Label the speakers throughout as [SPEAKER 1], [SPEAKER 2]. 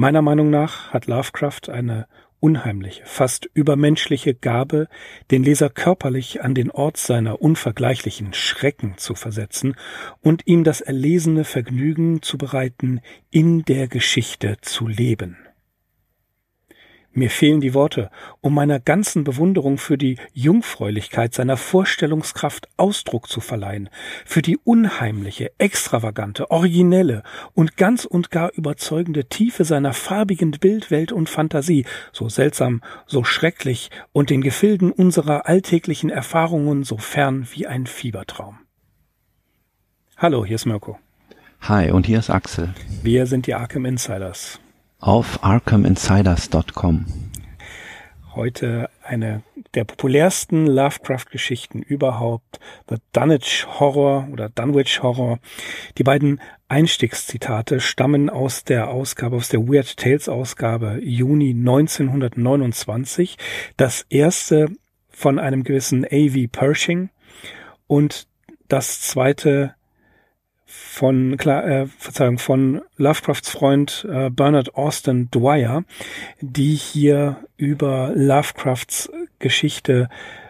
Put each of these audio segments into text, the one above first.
[SPEAKER 1] Meiner Meinung nach hat Lovecraft eine unheimliche, fast übermenschliche Gabe, den Leser körperlich an den Ort seiner unvergleichlichen Schrecken zu versetzen und ihm das erlesene Vergnügen zu bereiten, in der Geschichte zu leben. Mir fehlen die Worte, um meiner ganzen Bewunderung für die Jungfräulichkeit seiner Vorstellungskraft Ausdruck zu verleihen, für die unheimliche, extravagante, originelle und ganz und gar überzeugende Tiefe seiner farbigen Bildwelt und Fantasie, so seltsam, so schrecklich und den Gefilden unserer alltäglichen Erfahrungen so fern wie ein Fiebertraum. Hallo, hier ist Mirko.
[SPEAKER 2] Hi, und hier ist Axel.
[SPEAKER 1] Wir sind die Arkham Insiders.
[SPEAKER 2] Auf arkhaminsiders.com.
[SPEAKER 1] Heute eine der populärsten Lovecraft-Geschichten überhaupt, The Dunwich Horror oder Dunwich Horror. Die beiden Einstiegszitate stammen aus der Weird Tales Ausgabe Juni 1929. Das erste von einem gewissen A.V. Pershing und das zweite von Lovecrafts Freund Bernard Austin Dwyer, die hier über Lovecrafts Geschichte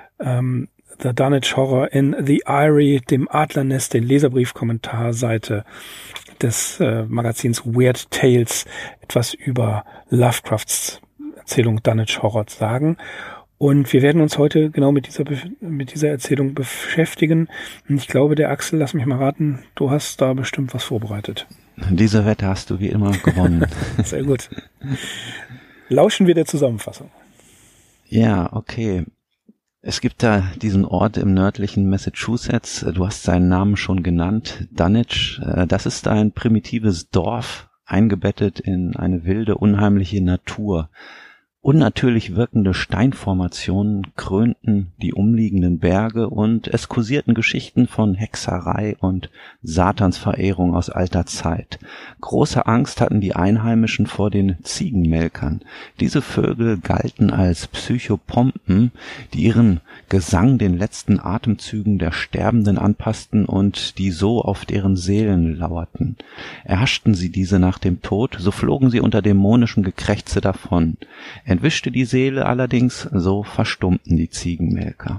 [SPEAKER 1] The Dunwich Horror in The Eyrie, dem Adlernest, den Leserbrief-Kommentarseite des Magazins Weird Tales, etwas über Lovecrafts Erzählung Dunwich Horror sagen. Und wir werden uns heute genau mit dieser Erzählung beschäftigen. Und ich glaube, der Axel, lass mich mal raten, du hast da bestimmt was vorbereitet.
[SPEAKER 2] Diese Wette hast du wie immer gewonnen.
[SPEAKER 1] Sehr gut. Lauschen wir der Zusammenfassung.
[SPEAKER 2] Ja, okay. Es gibt da diesen Ort im nördlichen Massachusetts. Du hast seinen Namen schon genannt, Dunwich. Das ist ein primitives Dorf, eingebettet in eine wilde, unheimliche Natur. Unnatürlich wirkende Steinformationen krönten die umliegenden Berge und es kursierten Geschichten von Hexerei und Satansverehrung aus alter Zeit. Große Angst hatten die Einheimischen vor den Ziegenmelkern. Diese Vögel galten als Psychopompen, die ihren Gesang den letzten Atemzügen der Sterbenden anpassten und die so auf deren Seelen lauerten. Erhaschten sie diese nach dem Tod, so flogen sie unter dämonischem Gekrächze davon. Entwischte die Seele allerdings, so verstummten die Ziegenmelker.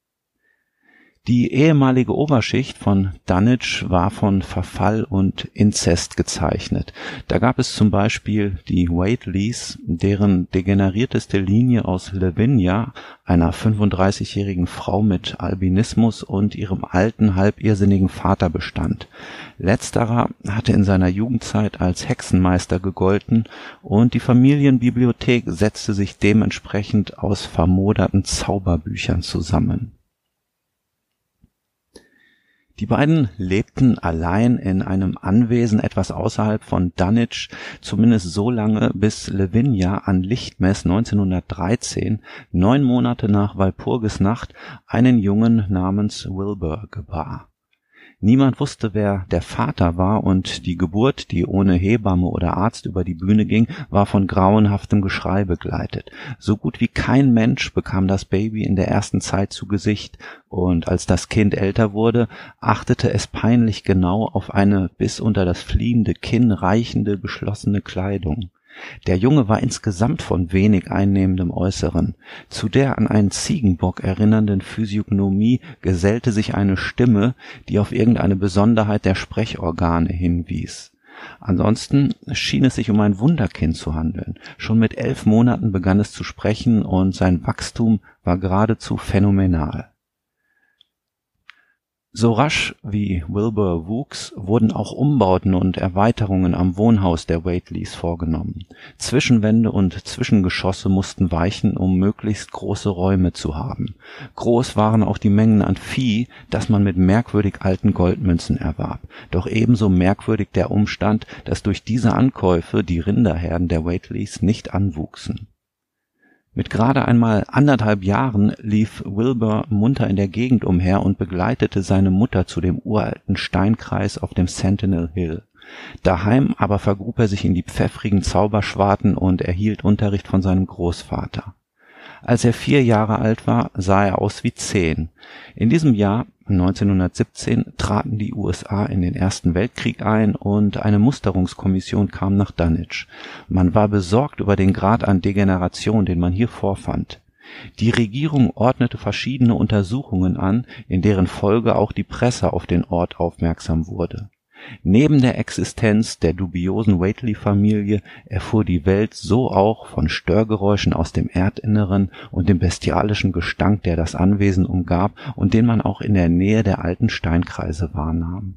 [SPEAKER 2] Die ehemalige Oberschicht von Dunwich war von Verfall und Inzest gezeichnet. Da gab es zum Beispiel die Whateleys, deren degenerierteste Linie aus Lavinia, einer 35-jährigen Frau mit Albinismus und ihrem alten, halbirrsinnigen Vater bestand. Letzterer hatte in seiner Jugendzeit als Hexenmeister gegolten und die Familienbibliothek setzte sich dementsprechend aus vermoderten Zauberbüchern zusammen. Die beiden lebten allein in einem Anwesen etwas außerhalb von Dunwich, zumindest so lange, bis Lavinia an Lichtmess 1913, 9 Monate nach Walpurgisnacht, einen Jungen namens Wilbur gebar. Niemand wusste, wer der Vater war, und die Geburt, die ohne Hebamme oder Arzt über die Bühne ging, war von grauenhaftem Geschrei begleitet. So gut wie kein Mensch bekam das Baby in der ersten Zeit zu Gesicht, und als das Kind älter wurde, achtete es peinlich genau auf eine bis unter das fliehende Kinn reichende, geschlossene Kleidung. Der Junge war insgesamt von wenig einnehmendem Äußeren. Zu der an einen Ziegenbock erinnernden Physiognomie gesellte sich eine Stimme, die auf irgendeine Besonderheit der Sprechorgane hinwies. Ansonsten schien es sich um ein Wunderkind zu handeln. Schon mit 11 Monaten begann es zu sprechen und sein Wachstum war geradezu phänomenal. So rasch wie Wilbur wuchs, wurden auch Umbauten und Erweiterungen am Wohnhaus der Whateleys vorgenommen. Zwischenwände und Zwischengeschosse mussten weichen, um möglichst große Räume zu haben. Groß waren auch die Mengen an Vieh, das man mit merkwürdig alten Goldmünzen erwarb. Doch ebenso merkwürdig der Umstand, dass durch diese Ankäufe die Rinderherden der Whateleys nicht anwuchsen. Mit gerade einmal 1,5 Jahren lief Wilbur munter in der Gegend umher und begleitete seine Mutter zu dem uralten Steinkreis auf dem Sentinel Hill. Daheim aber vergrub er sich in die pfeffrigen Zauberschwarten und erhielt Unterricht von seinem Großvater. Als er 4 Jahre alt war, sah er aus wie 10. In diesem Jahr 1917 traten die USA in den Ersten Weltkrieg ein und eine Musterungskommission kam nach Dunwich. Man war besorgt über den Grad an Degeneration, den man hier vorfand. Die Regierung ordnete verschiedene Untersuchungen an, in deren Folge auch die Presse auf den Ort aufmerksam wurde. Neben der Existenz der dubiosen Whately-Familie erfuhr die Welt so auch von Störgeräuschen aus dem Erdinneren und dem bestialischen Gestank, der das Anwesen umgab und den man auch in der Nähe der alten Steinkreise wahrnahm.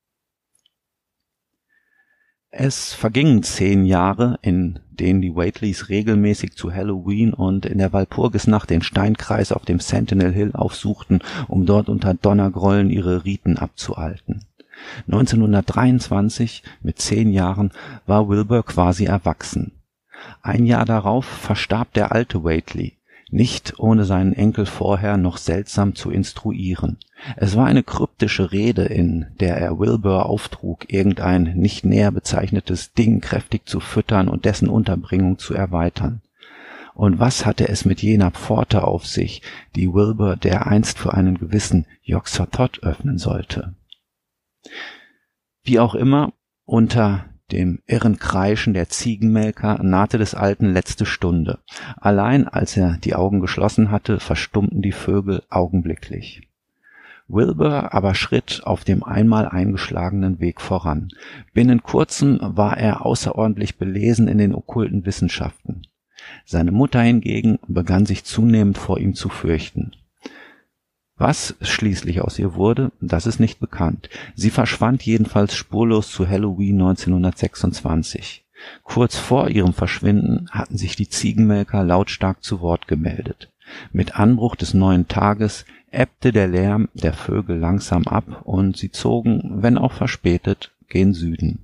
[SPEAKER 2] Es vergingen 10 Jahre, in denen die Whateleys regelmäßig zu Halloween und in der Walpurgisnacht den Steinkreis auf dem Sentinel Hill aufsuchten, um dort unter Donnergrollen ihre Riten abzuhalten. 1923, mit 10 Jahren, war Wilbur quasi erwachsen. Ein Jahr darauf verstarb der alte Whately, nicht ohne seinen Enkel vorher noch seltsam zu instruieren. Es war eine kryptische Rede, in der er Wilbur auftrug, irgendein nicht näher bezeichnetes Ding kräftig zu füttern und dessen Unterbringung zu erweitern. Und was hatte es mit jener Pforte auf sich, die Wilbur dereinst für einen gewissen Yog-Sothoth öffnen sollte? Wie auch immer, unter dem irren Kreischen der Ziegenmelker nahte des Alten letzte Stunde. Allein als er die Augen geschlossen hatte, verstummten die Vögel augenblicklich. Wilbur aber schritt auf dem einmal eingeschlagenen Weg voran. Binnen kurzem war er außerordentlich belesen in den okkulten Wissenschaften. Seine Mutter hingegen begann sich zunehmend vor ihm zu fürchten. Was schließlich aus ihr wurde, das ist nicht bekannt. Sie verschwand jedenfalls spurlos zu Halloween 1926. Kurz vor ihrem Verschwinden hatten sich die Ziegenmelker lautstark zu Wort gemeldet. Mit Anbruch des neuen Tages ebbte der Lärm der Vögel langsam ab und sie zogen, wenn auch verspätet, gen Süden.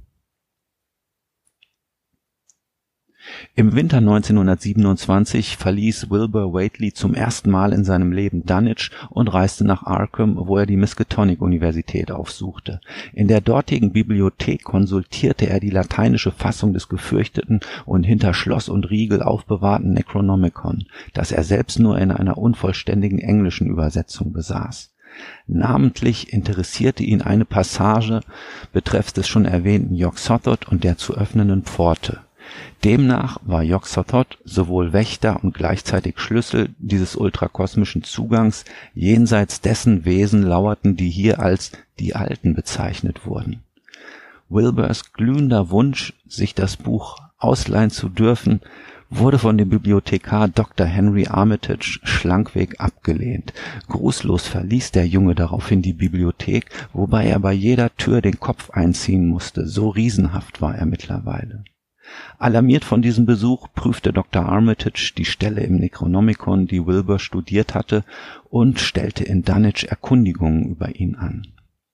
[SPEAKER 2] Im Winter 1927 verließ Wilbur Whately zum ersten Mal in seinem Leben Dunwich und reiste nach Arkham, wo er die Miskatonic-Universität aufsuchte. In der dortigen Bibliothek konsultierte er die lateinische Fassung des gefürchteten und hinter Schloss und Riegel aufbewahrten Necronomicon, das er selbst nur in einer unvollständigen englischen Übersetzung besaß. Namentlich interessierte ihn eine Passage betreffs des schon erwähnten Yog-Sothoth und der zu öffnenden Pforte. Demnach war Yog-Sothoth sowohl Wächter und gleichzeitig Schlüssel dieses ultrakosmischen Zugangs, jenseits dessen Wesen lauerten, die hier als die Alten bezeichnet wurden. Wilburs glühender Wunsch, sich das Buch ausleihen zu dürfen, wurde von dem Bibliothekar Dr. Henry Armitage schlankweg abgelehnt. Grußlos verließ der Junge daraufhin die Bibliothek, wobei er bei jeder Tür den Kopf einziehen musste, so riesenhaft war er mittlerweile. Alarmiert von diesem Besuch prüfte Dr. Armitage die Stelle im Necronomicon, die Wilbur studiert hatte, und stellte in Dunwich Erkundigungen über ihn an.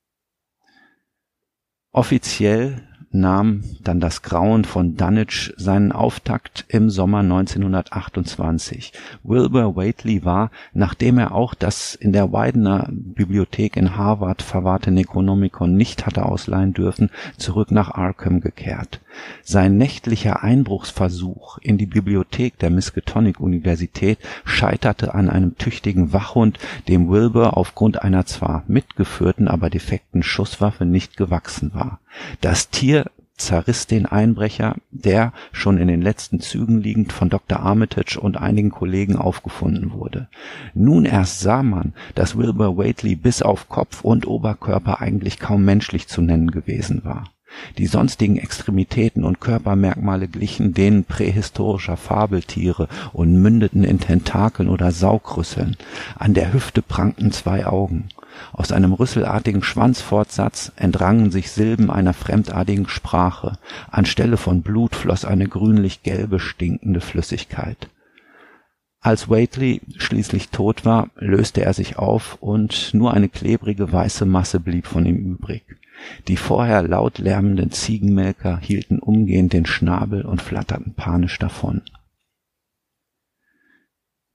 [SPEAKER 2] Offiziell nahm dann das Grauen von Dunwich seinen Auftakt im Sommer 1928. Wilbur Whately war, nachdem er auch das in der Widener Bibliothek in Harvard verwahrte Necronomicon nicht hatte ausleihen dürfen, zurück nach Arkham gekehrt. Sein nächtlicher Einbruchsversuch in die Bibliothek der Miskatonic-Universität scheiterte an einem tüchtigen Wachhund, dem Wilbur aufgrund einer zwar mitgeführten, aber defekten Schusswaffe nicht gewachsen war. Das Tier zerriss den Einbrecher, der, schon in den letzten Zügen liegend, von Dr. Armitage und einigen Kollegen aufgefunden wurde. Nun erst sah man, dass Wilbur Whately bis auf Kopf und Oberkörper eigentlich kaum menschlich zu nennen gewesen war. Die sonstigen Extremitäten und Körpermerkmale glichen denen prähistorischer Fabeltiere und mündeten in Tentakeln oder Saugrüsseln. An der Hüfte prangten 2 Augen. Aus einem rüsselartigen Schwanzfortsatz entrangen sich Silben einer fremdartigen Sprache. Anstelle von Blut floss eine grünlich-gelbe, stinkende Flüssigkeit. Als Whately schließlich tot war, löste er sich auf und nur eine klebrige weiße Masse blieb von ihm übrig. Die vorher laut lärmenden Ziegenmelker hielten umgehend den Schnabel und flatterten panisch davon.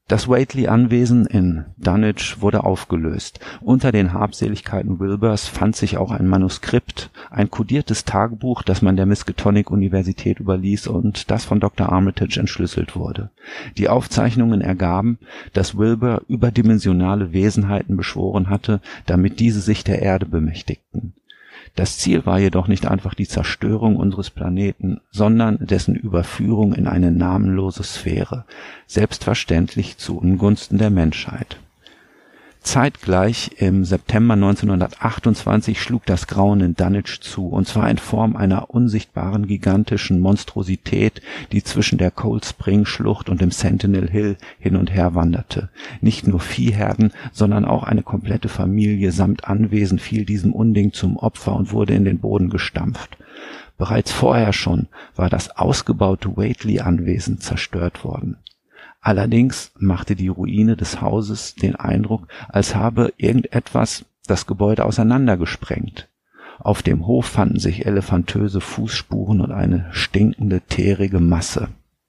[SPEAKER 2] Das Whately-Anwesen in Dunwich wurde aufgelöst. Unter den Habseligkeiten Wilburs fand sich auch ein Manuskript, ein kodiertes Tagebuch, das man der Miskatonic-Universität überließ und das von Dr. Armitage entschlüsselt wurde. Die Aufzeichnungen ergaben, dass Wilbur überdimensionale Wesenheiten beschworen hatte, damit diese sich der Erde bemächtigten. Das Ziel war jedoch nicht einfach die Zerstörung unseres Planeten, sondern dessen Überführung in eine namenlose Sphäre, selbstverständlich zu Ungunsten der Menschheit. Zeitgleich im September 1928 schlug das Grauen in Dunwich zu, und zwar in Form einer unsichtbaren gigantischen Monstrosität, die zwischen der Cold Spring Schlucht und dem Sentinel Hill hin und her wanderte. Nicht nur Viehherden, sondern auch eine komplette Familie samt Anwesen fiel diesem Unding zum Opfer und wurde in den Boden gestampft. Bereits vorher schon war das ausgebaute Whately-Anwesen zerstört worden. Allerdings machte die Ruine des Hauses den Eindruck, als habe irgendetwas das Gebäude auseinandergesprengt. Auf dem Hof fanden sich elefantöse Fußspuren und eine stinkende, teerige Masse.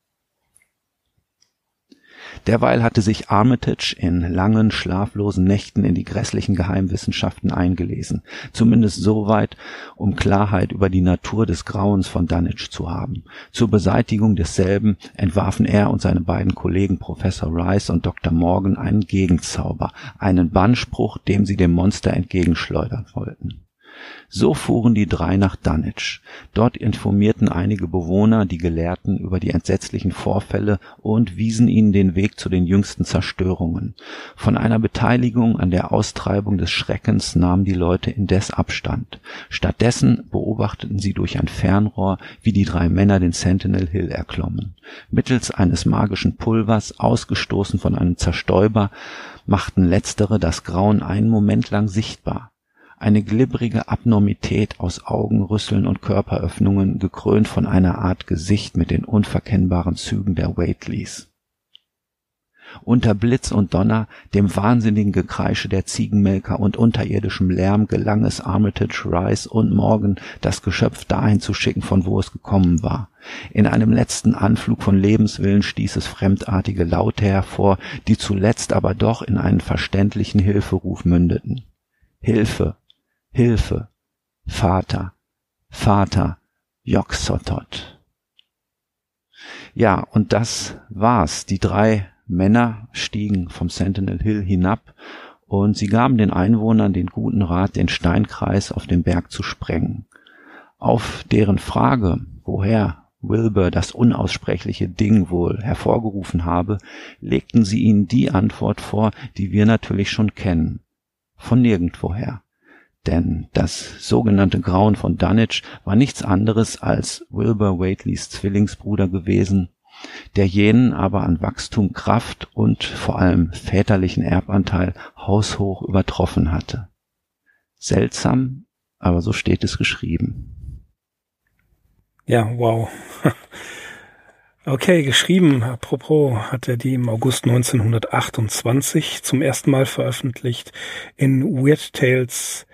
[SPEAKER 2] Derweil hatte sich Armitage in langen, schlaflosen Nächten in die grässlichen Geheimwissenschaften eingelesen, zumindest so weit, um Klarheit über die Natur des Grauens von Dunwich zu haben. Zur Beseitigung desselben entwarfen er und seine beiden Kollegen Professor Rice und Dr. Morgan einen Gegenzauber, einen Bannspruch, dem sie dem Monster entgegenschleudern wollten. So fuhren die drei nach Dunwich. Dort informierten einige Bewohner die Gelehrten über die entsetzlichen Vorfälle und wiesen ihnen den Weg zu den jüngsten Zerstörungen. Von einer Beteiligung an der Austreibung des Schreckens nahmen die Leute indes Abstand. Stattdessen beobachteten sie durch ein Fernrohr, wie die drei Männer den Sentinel Hill erklommen. Mittels eines magischen Pulvers, ausgestoßen von einem Zerstäuber, machten letztere das Grauen einen Moment lang sichtbar. Eine glibbrige Abnormität aus Augenrüsseln und Körperöffnungen, gekrönt von einer Art Gesicht mit den unverkennbaren Zügen der Whateleys. Unter Blitz und Donner, dem wahnsinnigen Gekreische der Ziegenmelker und unterirdischem Lärm gelang es Armitage, Rice und Morgan, das Geschöpf dahin zu schicken, von wo es gekommen war. In einem letzten Anflug von Lebenswillen stieß es fremdartige Laute hervor, die zuletzt aber doch in einen verständlichen Hilferuf mündeten. Hilfe! Hilfe! Vater! Vater! Yog-Sothoth! Ja, und das war's. Die drei Männer stiegen vom Sentinel Hill hinab und sie gaben den Einwohnern den guten Rat, den Steinkreis auf dem Berg zu sprengen. Auf deren Frage, woher Wilbur das unaussprechliche Ding wohl hervorgerufen habe, legten sie ihnen die Antwort vor, die wir natürlich schon kennen. Von nirgendwoher. Denn das sogenannte Grauen von Dunwich war nichts anderes als Wilbur Whateleys Zwillingsbruder gewesen, der jenen aber an Wachstum, Kraft und vor allem väterlichen Erbanteil haushoch übertroffen hatte. Seltsam, aber so steht es geschrieben.
[SPEAKER 1] Ja, wow. Okay, geschrieben, apropos, hat er die im August 1928 zum ersten Mal veröffentlicht in Weird Tales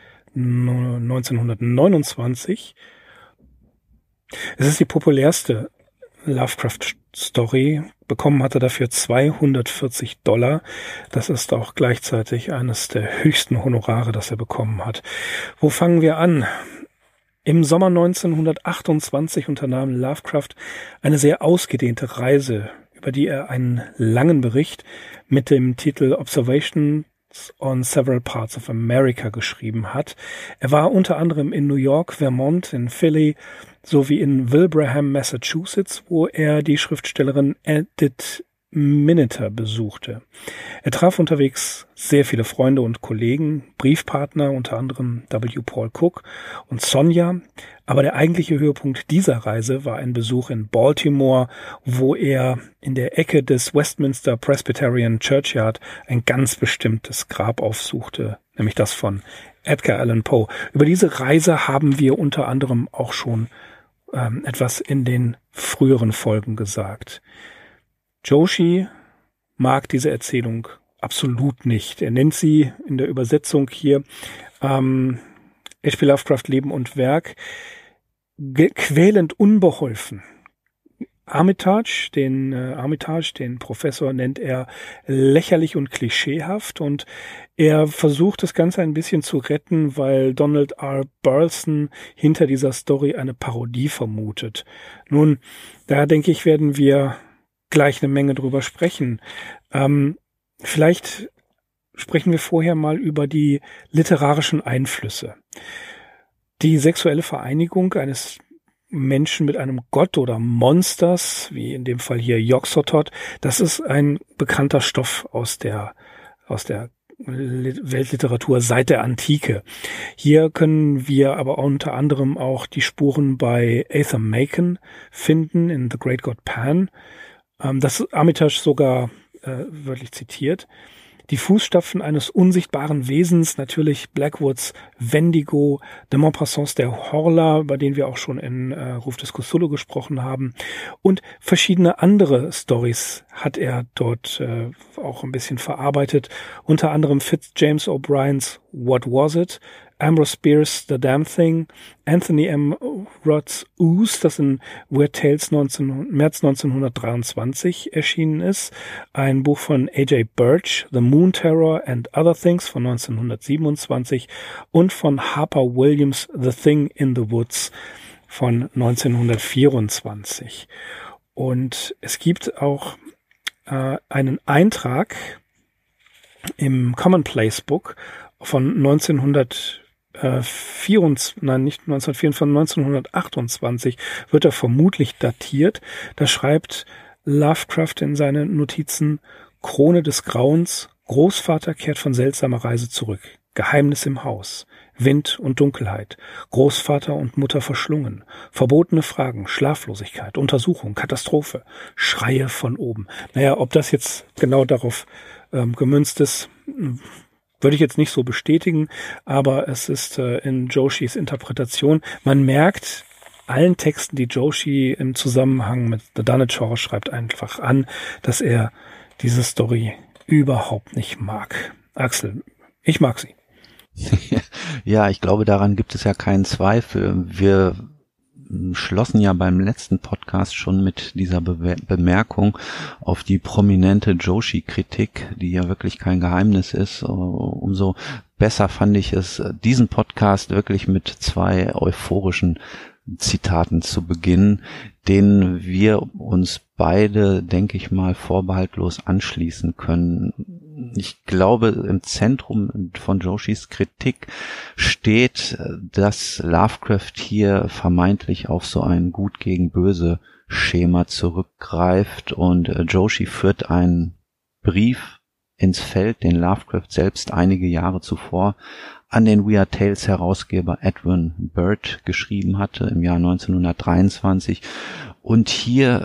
[SPEAKER 1] 1929. Es ist die populärste Lovecraft-Story. Bekommen hat er dafür $240. Das ist auch gleichzeitig eines der höchsten Honorare, das er bekommen hat. Wo fangen wir an? Im Sommer 1928 unternahm Lovecraft eine sehr ausgedehnte Reise, über die er einen langen Bericht mit dem Titel Observations on Several Parts of America geschrieben hat. Er war unter anderem in New York, Vermont, in Philly sowie in Wilbraham, Massachusetts, wo er die Schriftstellerin Edith Miniter besuchte. Er traf unterwegs sehr viele Freunde und Kollegen, Briefpartner, unter anderem W. Paul Cook und Sonja. Aber der eigentliche Höhepunkt dieser Reise war ein Besuch in Baltimore, wo er in der Ecke des Westminster Presbyterian Churchyard ein ganz bestimmtes Grab aufsuchte, nämlich das von Edgar Allan Poe. Über diese Reise haben wir unter anderem auch schon etwas in den früheren Folgen gesagt. Joshi mag diese Erzählung absolut nicht. Er nennt sie in der Übersetzung hier H.P. Lovecraft Leben und Werk quälend unbeholfen. Armitage, den Professor, nennt er lächerlich und klischeehaft, und er versucht das Ganze ein bisschen zu retten, weil Donald R. Burleson hinter dieser Story eine Parodie vermutet. Nun, da denke ich, werden wir gleich eine Menge drüber sprechen. Vielleicht sprechen wir vorher mal über die literarischen Einflüsse. Die sexuelle Vereinigung eines Menschen mit einem Gott oder Monsters, wie in dem Fall hier Yog-Sothoth, das ist ein bekannter Stoff aus der Weltliteratur seit der Antike. Hier können wir aber unter anderem auch die Spuren bei Arthur Machen finden in The Great God Pan. Das Armitage sogar wörtlich zitiert. Die Fußstapfen eines unsichtbaren Wesens, natürlich Blackwoods Wendigo, de Maupassants der Horla, bei denen wir auch schon in Ruf des Cthulhu gesprochen haben, und verschiedene andere Stories hat er dort auch ein bisschen verarbeitet, unter anderem Fitzjames O'Briens What Was It?, Ambrose Bierce The Damn Thing, Anthony M. Roth's Ooze, das in Weird Tales März 1923 erschienen ist, ein Buch von A.J. Birch, The Moon Terror and Other Things von 1927 und von Harper Williams The Thing in the Woods von 1924. Und es gibt auch einen Eintrag im Commonplace Book von 1928 wird er vermutlich datiert. Da schreibt Lovecraft in seine Notizen: Krone des Grauens, Großvater kehrt von seltsamer Reise zurück, Geheimnis im Haus, Wind und Dunkelheit, Großvater und Mutter verschlungen, verbotene Fragen, Schlaflosigkeit, Untersuchung, Katastrophe, Schreie von oben. Naja, ob das jetzt genau darauf gemünzt ist, würde ich jetzt nicht so bestätigen, aber es ist in Joshis Interpretation. Man merkt allen Texten, die Joshi im Zusammenhang mit The Dunwich Horror schreibt, einfach an, dass er diese Story überhaupt nicht mag. Axel, ich mag sie.
[SPEAKER 2] Ja, ich glaube, daran gibt es ja keinen Zweifel. Wir schlossen ja beim letzten Podcast schon mit dieser Bemerkung auf die prominente Joshi-Kritik, die ja wirklich kein Geheimnis ist. Umso besser fand ich es, diesen Podcast wirklich mit 2 euphorischen Zitaten zu beginnen, denen wir uns beide, denke ich mal, vorbehaltlos anschließen können. Ich glaube, im Zentrum von Joshis Kritik steht, dass Lovecraft hier vermeintlich auf so ein Gut gegen Böse Schema zurückgreift, und Joshi führt einen Brief ins Feld, den Lovecraft selbst einige Jahre zuvor an den Weird Tales Herausgeber Edwin Burt geschrieben hatte im Jahr 1923, und hier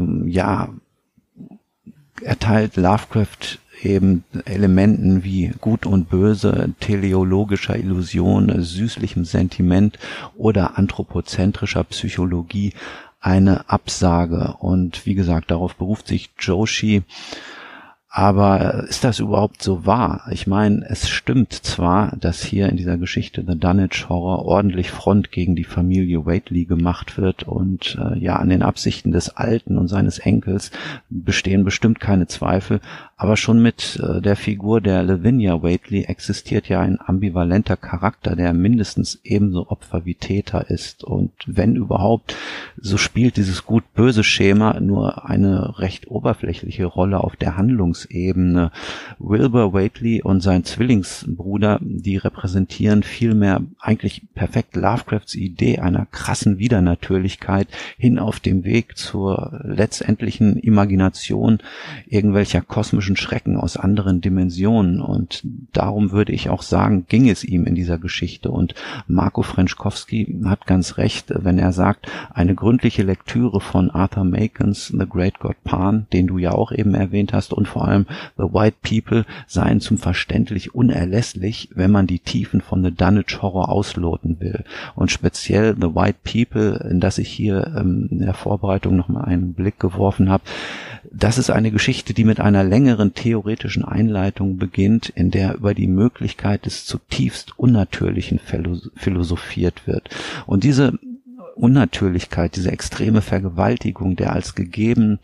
[SPEAKER 2] erteilt Lovecraft eben Elementen wie Gut und Böse, teleologischer Illusion, süßlichem Sentiment oder anthropozentrischer Psychologie eine Absage. Und wie gesagt, darauf beruft sich Joshi. Aber ist das überhaupt so wahr? Ich meine, es stimmt zwar, dass hier in dieser Geschichte The Dunwich Horror ordentlich Front gegen die Familie Whately gemacht wird, und an den Absichten des Alten und seines Enkels bestehen bestimmt keine Zweifel, aber schon mit der Figur der Lavinia Whately existiert ja ein ambivalenter Charakter, der mindestens ebenso Opfer wie Täter ist, und wenn überhaupt, so spielt dieses Gut-Böse-Schema nur eine recht oberflächliche Rolle auf der Handlungsebene. Wilbur Whately und sein Zwillingsbruder, die repräsentieren vielmehr eigentlich perfekt Lovecrafts Idee einer krassen Widernatürlichkeit hin auf dem Weg zur letztendlichen Imagination irgendwelcher kosmischen Schrecken aus anderen Dimensionen, und darum würde ich auch sagen, ging es ihm in dieser Geschichte, und Marco Frenschkowski hat ganz recht, wenn er sagt, eine gründliche Lektüre von Arthur Machans The Great God Pan, den du ja auch eben erwähnt hast, und vor allem The White People seien zum verständlich unerlässlich, wenn man die Tiefen von The Dunwich Horror ausloten will. Und speziell The White People, in das ich hier in der Vorbereitung nochmal einen Blick geworfen habe, das ist eine Geschichte, die mit einer längeren theoretischen Einleitung beginnt, in der über die Möglichkeit des zutiefst Unnatürlichen philosophiert wird. Und diese Unnatürlichkeit, diese extreme Vergewaltigung der als gegebenen,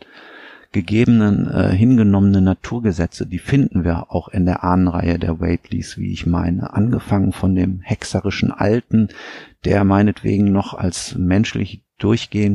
[SPEAKER 2] hingenommenen Naturgesetze, die finden wir auch in der Ahnenreihe der Whateleys, wie ich meine. Angefangen von dem hexerischen Alten, der meinetwegen noch als menschlich durchgehen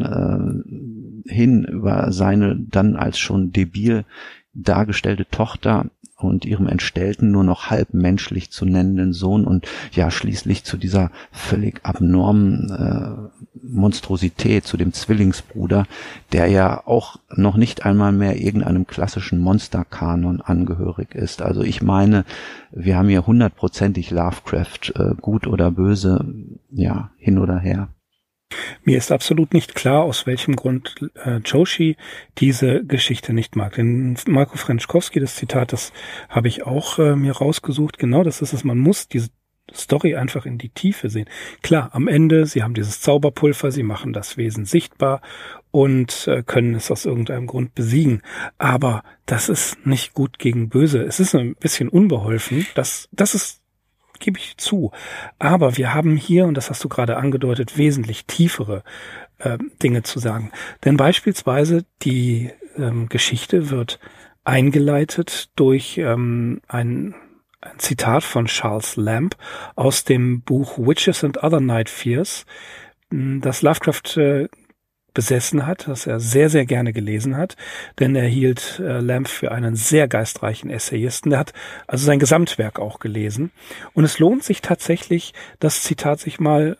[SPEAKER 2] kann, hin über seine dann als schon debil dargestellte Tochter und ihrem entstellten, nur noch halb menschlich zu nennenden Sohn und ja schließlich zu dieser völlig abnormen Monstrosität, zu dem Zwillingsbruder, der ja auch noch nicht einmal mehr irgendeinem klassischen Monsterkanon angehörig ist. Also ich meine, wir haben hier 100%ig Lovecraft, gut oder böse, ja, hin oder her.
[SPEAKER 1] Mir ist absolut nicht klar, aus welchem Grund Joshi diese Geschichte nicht mag. Denn Marco Frenschkowski, das Zitat, das habe ich auch mir rausgesucht. Genau, das ist es. Man muss diese Story einfach in die Tiefe sehen. Klar, am Ende, sie haben dieses Zauberpulver, sie machen das Wesen sichtbar und können es aus irgendeinem Grund besiegen. Aber das ist nicht gut gegen böse. Es ist ein bisschen unbeholfen. Das ist, gebe ich zu. Aber wir haben hier, und das hast du gerade angedeutet, wesentlich tiefere Dinge zu sagen. Denn beispielsweise die Geschichte wird eingeleitet durch ein Zitat von Charles Lamb aus dem Buch Witches and Other Night Fears, das Lovecraft besessen hat, das er sehr, sehr gerne gelesen hat, denn er hielt Lamb für einen sehr geistreichen Essayisten. Er hat also sein Gesamtwerk auch gelesen. Und es lohnt sich tatsächlich, das Zitat sich mal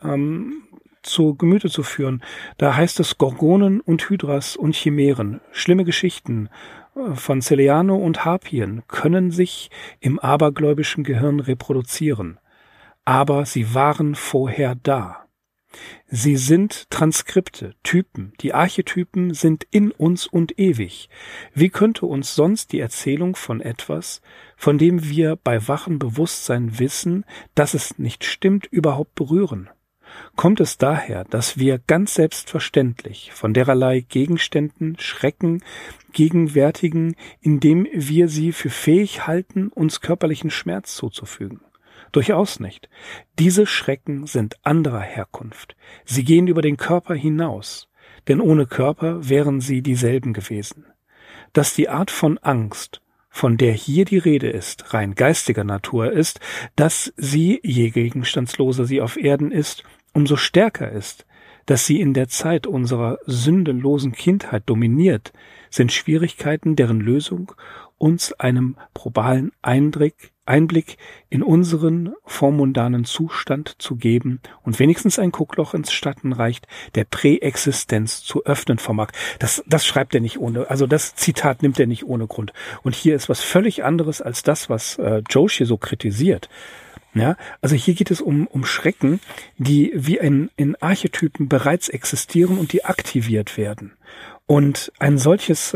[SPEAKER 1] zu Gemüte zu führen. Da heißt es: Gorgonen und Hydras und Chimären, schlimme Geschichten von Celeano und Harpien können sich im abergläubischen Gehirn reproduzieren. Aber sie waren vorher da. Sie sind Transkripte, Typen. Die Archetypen sind in uns und ewig. Wie könnte uns sonst die Erzählung von etwas, von dem wir bei wachem Bewusstsein wissen, dass es nicht stimmt, überhaupt berühren? Kommt es daher, dass wir ganz selbstverständlich von dererlei Gegenständen Schrecken gegenwärtigen, indem wir sie für fähig halten, uns körperlichen Schmerz zuzufügen? Durchaus nicht. Diese Schrecken sind anderer Herkunft. Sie gehen über den Körper hinaus, denn ohne Körper wären sie dieselben gewesen. Dass die Art von Angst, von der hier die Rede ist, rein geistiger Natur ist, dass sie, je gegenstandsloser sie auf Erden ist, umso stärker ist, dass sie in der Zeit unserer sündenlosen Kindheit dominiert, sind Schwierigkeiten, deren Lösung uns einem probalen Einblick in unseren vormundanen Zustand zu geben und wenigstens ein Guckloch ins Schatten reicht, der Präexistenz zu öffnen vermag. Das schreibt er nicht ohne, also das Zitat nimmt er nicht ohne Grund. Und hier ist was völlig anderes als das, was Joshi so kritisiert. Ja, also hier geht es um Schrecken, die wie in Archetypen bereits existieren und die aktiviert werden. Und ein solches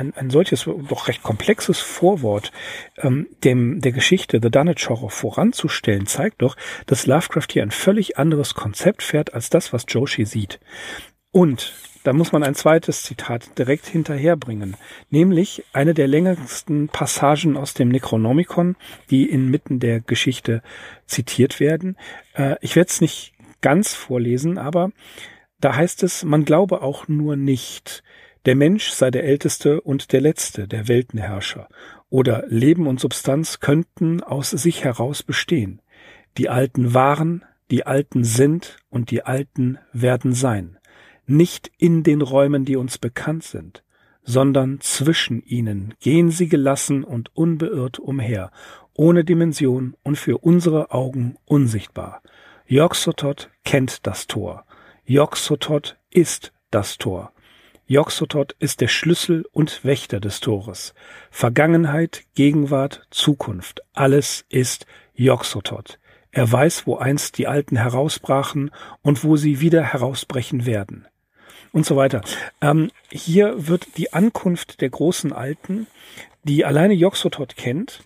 [SPEAKER 1] doch recht komplexes Vorwort der Geschichte The Dunwich Horror voranzustellen, zeigt doch, dass Lovecraft hier ein völlig anderes Konzept fährt als das, was Joshi sieht. Und da muss man ein zweites Zitat direkt hinterherbringen, nämlich eine der längersten Passagen aus dem Necronomicon, die inmitten der Geschichte zitiert werden. Ich werde es nicht ganz vorlesen, aber da heißt es: Man glaube auch nur nicht, der Mensch sei der Älteste und der Letzte der Weltenherrscher, oder Leben und Substanz könnten aus sich heraus bestehen. Die Alten waren, die Alten sind und die Alten werden sein. Nicht in den Räumen, die uns bekannt sind, sondern zwischen ihnen gehen sie gelassen und unbeirrt umher, ohne Dimension und für unsere Augen unsichtbar. Yog-Sothoth kennt das Tor. Yog-Sothoth ist das Tor. Yog-Sothoth ist der Schlüssel und Wächter des Tores. Vergangenheit, Gegenwart, Zukunft, alles ist Yog-Sothoth. Er weiß, wo einst die Alten herausbrachen und wo sie wieder herausbrechen werden. Und so weiter. Hier wird die Ankunft der großen Alten, die alleine Yog-Sothoth kennt,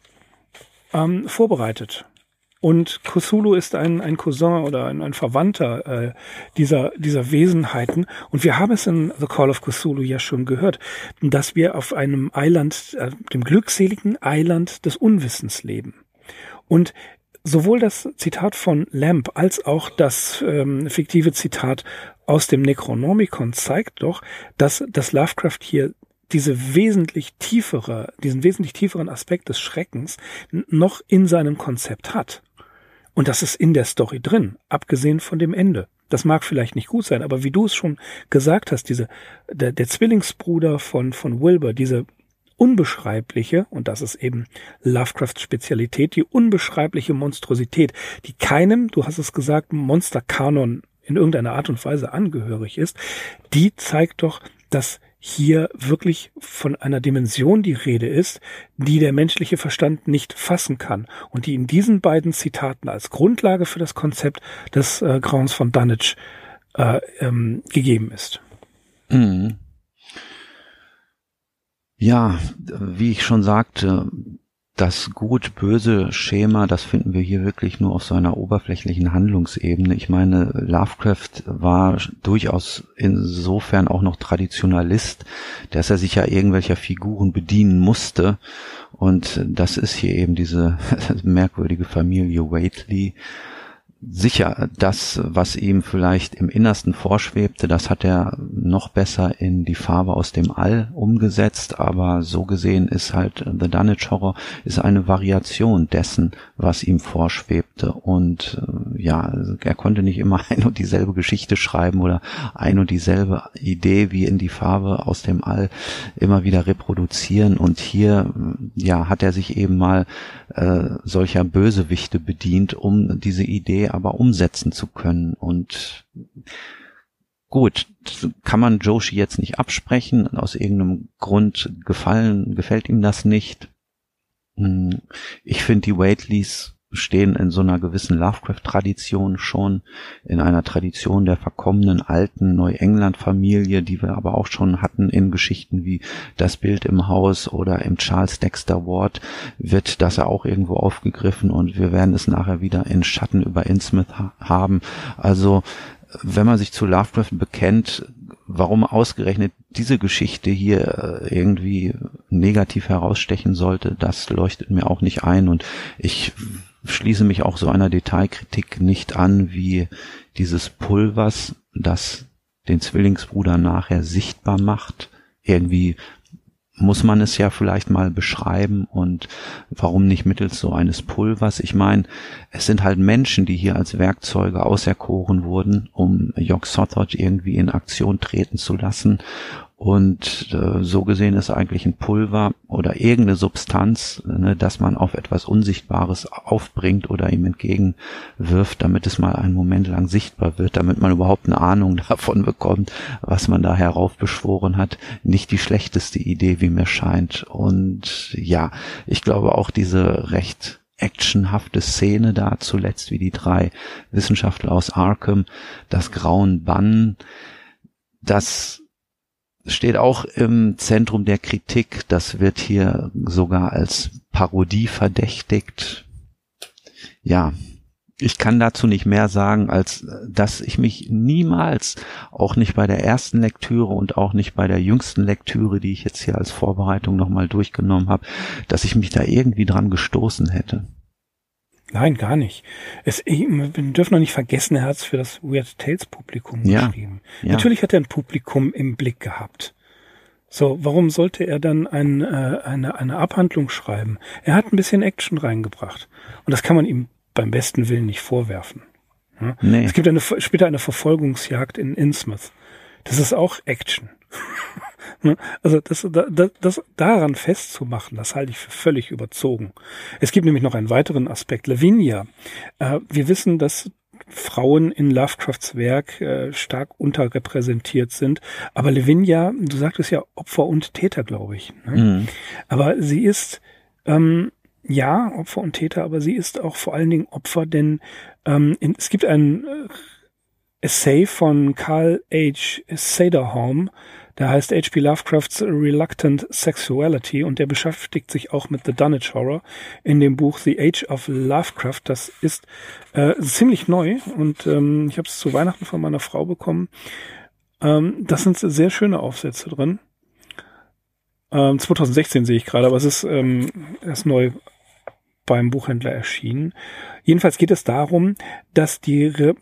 [SPEAKER 1] vorbereitet. Und Cthulhu ist ein Cousin oder ein Verwandter dieser Wesenheiten. Und wir haben es in The Call of Cthulhu ja schon gehört, dass wir auf einem Eiland, dem glückseligen Eiland des Unwissens leben. Und sowohl das Zitat von Lamb als auch das fiktive Zitat aus dem Necronomicon zeigt doch, dass Lovecraft hier diesen wesentlich tieferen Aspekt des Schreckens noch in seinem Konzept hat. Und das ist in der Story drin, abgesehen von dem Ende. Das mag vielleicht nicht gut sein, aber wie du es schon gesagt hast, der Zwillingsbruder von Wilbur, diese unbeschreibliche, und das ist eben Lovecrafts Spezialität, die unbeschreibliche Monstrosität, die keinem, du hast es gesagt, Monsterkanon in irgendeiner Art und Weise angehörig ist, die zeigt doch, dass hier wirklich von einer Dimension die Rede ist, die der menschliche Verstand nicht fassen kann und die in diesen beiden Zitaten als Grundlage für das Konzept des Grauens von Dunwich gegeben ist.
[SPEAKER 2] Mhm. Ja, wie ich schon sagte, das gut-böse Schema, das finden wir hier wirklich nur auf so einer oberflächlichen Handlungsebene. Ich meine, Lovecraft war durchaus insofern auch noch Traditionalist, dass er sich ja irgendwelcher Figuren bedienen musste. Und das ist hier eben diese merkwürdige Familie Whately. Sicher, das, was ihm vielleicht im Innersten vorschwebte, das hat er noch besser in die Farbe aus dem All umgesetzt, aber so gesehen ist halt The Dunwich Horror ist eine Variation dessen, was ihm vorschwebte und ja, er konnte nicht immer ein und dieselbe Geschichte schreiben oder ein und dieselbe Idee wie in die Farbe aus dem All immer wieder reproduzieren und hier, ja, hat er sich eben mal solcher Bösewichte bedient, um diese Idee aber umsetzen zu können. Und gut, kann man Joshi jetzt nicht absprechen. Aus irgendeinem Grund gefällt ihm das nicht. Ich finde, die Whateleys stehen in so einer gewissen Lovecraft-Tradition schon, in einer Tradition der verkommenen alten Neuengland-Familie, die wir aber auch schon hatten in Geschichten wie Das Bild im Haus oder im Charles Dexter Ward wird das ja auch irgendwo aufgegriffen und wir werden es nachher wieder in Schatten über Innsmouth haben. Also wenn man sich zu Lovecraft bekennt, warum ausgerechnet diese Geschichte hier irgendwie negativ herausstechen sollte, das leuchtet mir auch nicht ein und ich schließe mich auch so einer Detailkritik nicht an wie dieses Pulvers, das den Zwillingsbruder nachher sichtbar macht. Irgendwie muss man es ja vielleicht mal beschreiben und warum nicht mittels so eines Pulvers? Ich meine, es sind halt Menschen, die hier als Werkzeuge auserkoren wurden, um Yog-Sothoth irgendwie in Aktion treten zu lassen. Und so gesehen ist eigentlich ein Pulver oder irgendeine Substanz, ne, dass man auf etwas Unsichtbares aufbringt oder ihm entgegenwirft, damit es mal einen Moment lang sichtbar wird, damit man überhaupt eine Ahnung davon bekommt, was man da heraufbeschworen hat. Nicht die schlechteste Idee, wie mir scheint. Und ja, ich glaube auch diese recht actionhafte Szene da zuletzt, wie die 3 Wissenschaftler aus Arkham das Grauen bannen, das steht auch im Zentrum der Kritik. Das wird hier sogar als Parodie verdächtigt. Ja, ich kann dazu nicht mehr sagen, als dass ich mich niemals, auch nicht bei der ersten Lektüre und auch nicht bei der jüngsten Lektüre, die ich jetzt hier als Vorbereitung nochmal durchgenommen habe, dass ich mich da irgendwie dran gestoßen hätte.
[SPEAKER 1] Nein, gar nicht. Wir dürfen noch nicht vergessen, er hat es für das Weird Tales Publikum geschrieben. Ja. Natürlich hat er ein Publikum im Blick gehabt. So, warum sollte er dann eine Abhandlung schreiben? Er hat ein bisschen Action reingebracht. Und das kann man ihm beim besten Willen nicht vorwerfen. Ja? Nee. Es gibt später eine Verfolgungsjagd in Innsmouth. Das ist auch Action. Also das daran festzumachen, das halte ich für völlig überzogen. Es gibt nämlich noch einen weiteren Aspekt. Lavinia. Wir wissen, dass Frauen in Lovecrafts Werk stark unterrepräsentiert sind. Aber Lavinia, du sagtest ja Opfer und Täter, glaube ich. Ne? Mhm. Aber sie ist ja Opfer und Täter, aber sie ist auch vor allen Dingen Opfer, denn es gibt ein Essay von Carl H. Sederholm, der heißt H.P. Lovecrafts Reluctant Sexuality und der beschäftigt sich auch mit The Dunwich Horror in dem Buch The Age of Lovecraft. Das ist ziemlich neu und ich habe es zu Weihnachten von meiner Frau bekommen. Das sind sehr schöne Aufsätze drin. 2016 sehe ich gerade, aber es ist erst neu beim Buchhändler erschienen. Jedenfalls geht es darum, dass der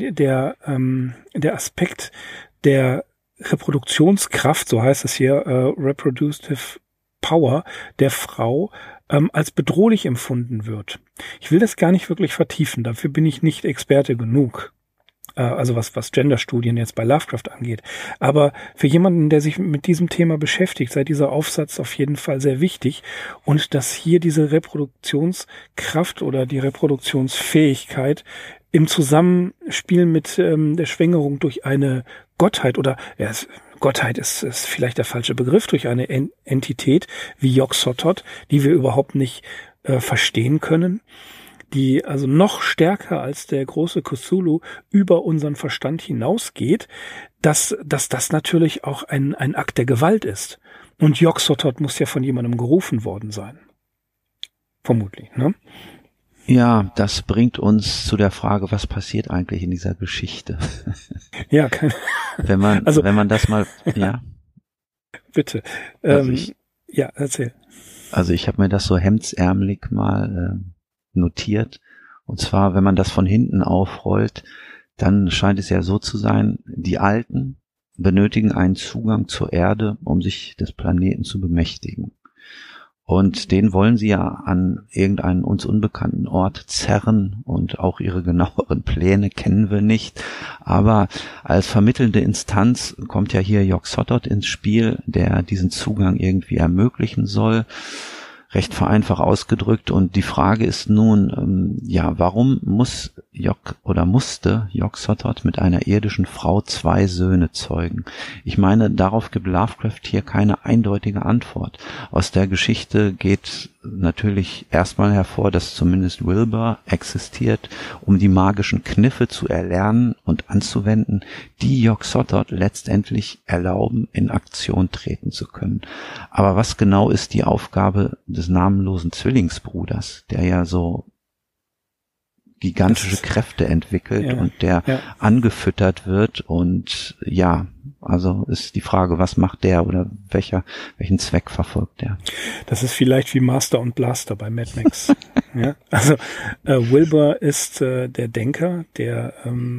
[SPEAKER 1] Aspekt der Reproduktionskraft, so heißt es hier, Reproductive Power der Frau als bedrohlich empfunden wird. Ich will das gar nicht wirklich vertiefen, dafür bin ich nicht Experte genug. Also was Genderstudien jetzt bei Lovecraft angeht. Aber für jemanden, der sich mit diesem Thema beschäftigt, sei dieser Aufsatz auf jeden Fall sehr wichtig. Und dass hier diese Reproduktionskraft oder die Reproduktionsfähigkeit im Zusammenspiel mit der Schwängerung durch eine Gottheit oder Gottheit ist vielleicht der falsche Begriff, durch eine Entität wie Yog-Sothoth, die wir überhaupt nicht verstehen können, die also noch stärker als der große Cthulhu über unseren Verstand hinausgeht, dass das natürlich auch ein Akt der Gewalt ist. Und Yog-Sothoth muss ja von jemandem gerufen worden sein. Vermutlich, ne?
[SPEAKER 2] Ja, das bringt uns zu der Frage, was passiert eigentlich in dieser Geschichte?
[SPEAKER 1] Ja,
[SPEAKER 2] wenn man das mal, ja.
[SPEAKER 1] Bitte. Ja, erzähl.
[SPEAKER 2] Also ich habe mir das so hemdsärmelig mal notiert. Und zwar, wenn man das von hinten aufrollt, dann scheint es ja so zu sein, die Alten benötigen einen Zugang zur Erde, um sich des Planeten zu bemächtigen. Und den wollen sie ja an irgendeinen uns unbekannten Ort zerren und auch ihre genaueren Pläne kennen wir nicht. Aber als vermittelnde Instanz kommt ja hier Yog-Sothoth ins Spiel, der diesen Zugang irgendwie ermöglichen soll. Recht vereinfacht ausgedrückt. Und die Frage ist nun, warum musste Yog-Sothoth mit einer irdischen Frau 2 Söhne zeugen? Ich meine, darauf gibt Lovecraft hier keine eindeutige Antwort. Aus der Geschichte geht natürlich erstmal hervor, dass zumindest Wilbur existiert, um die magischen Kniffe zu erlernen und anzuwenden, die Yog-Sothoth letztendlich erlauben, in Aktion treten zu können. Aber was genau ist die Aufgabe des namenlosen Zwillingsbruders, der ja so gigantische Kräfte entwickelt und der angefüttert wird und also ist die Frage, was macht der oder welchen Zweck verfolgt der?
[SPEAKER 1] Das ist vielleicht wie Master und Blaster bei Mad Max. Ja? Also Wilbur ist der Denker, der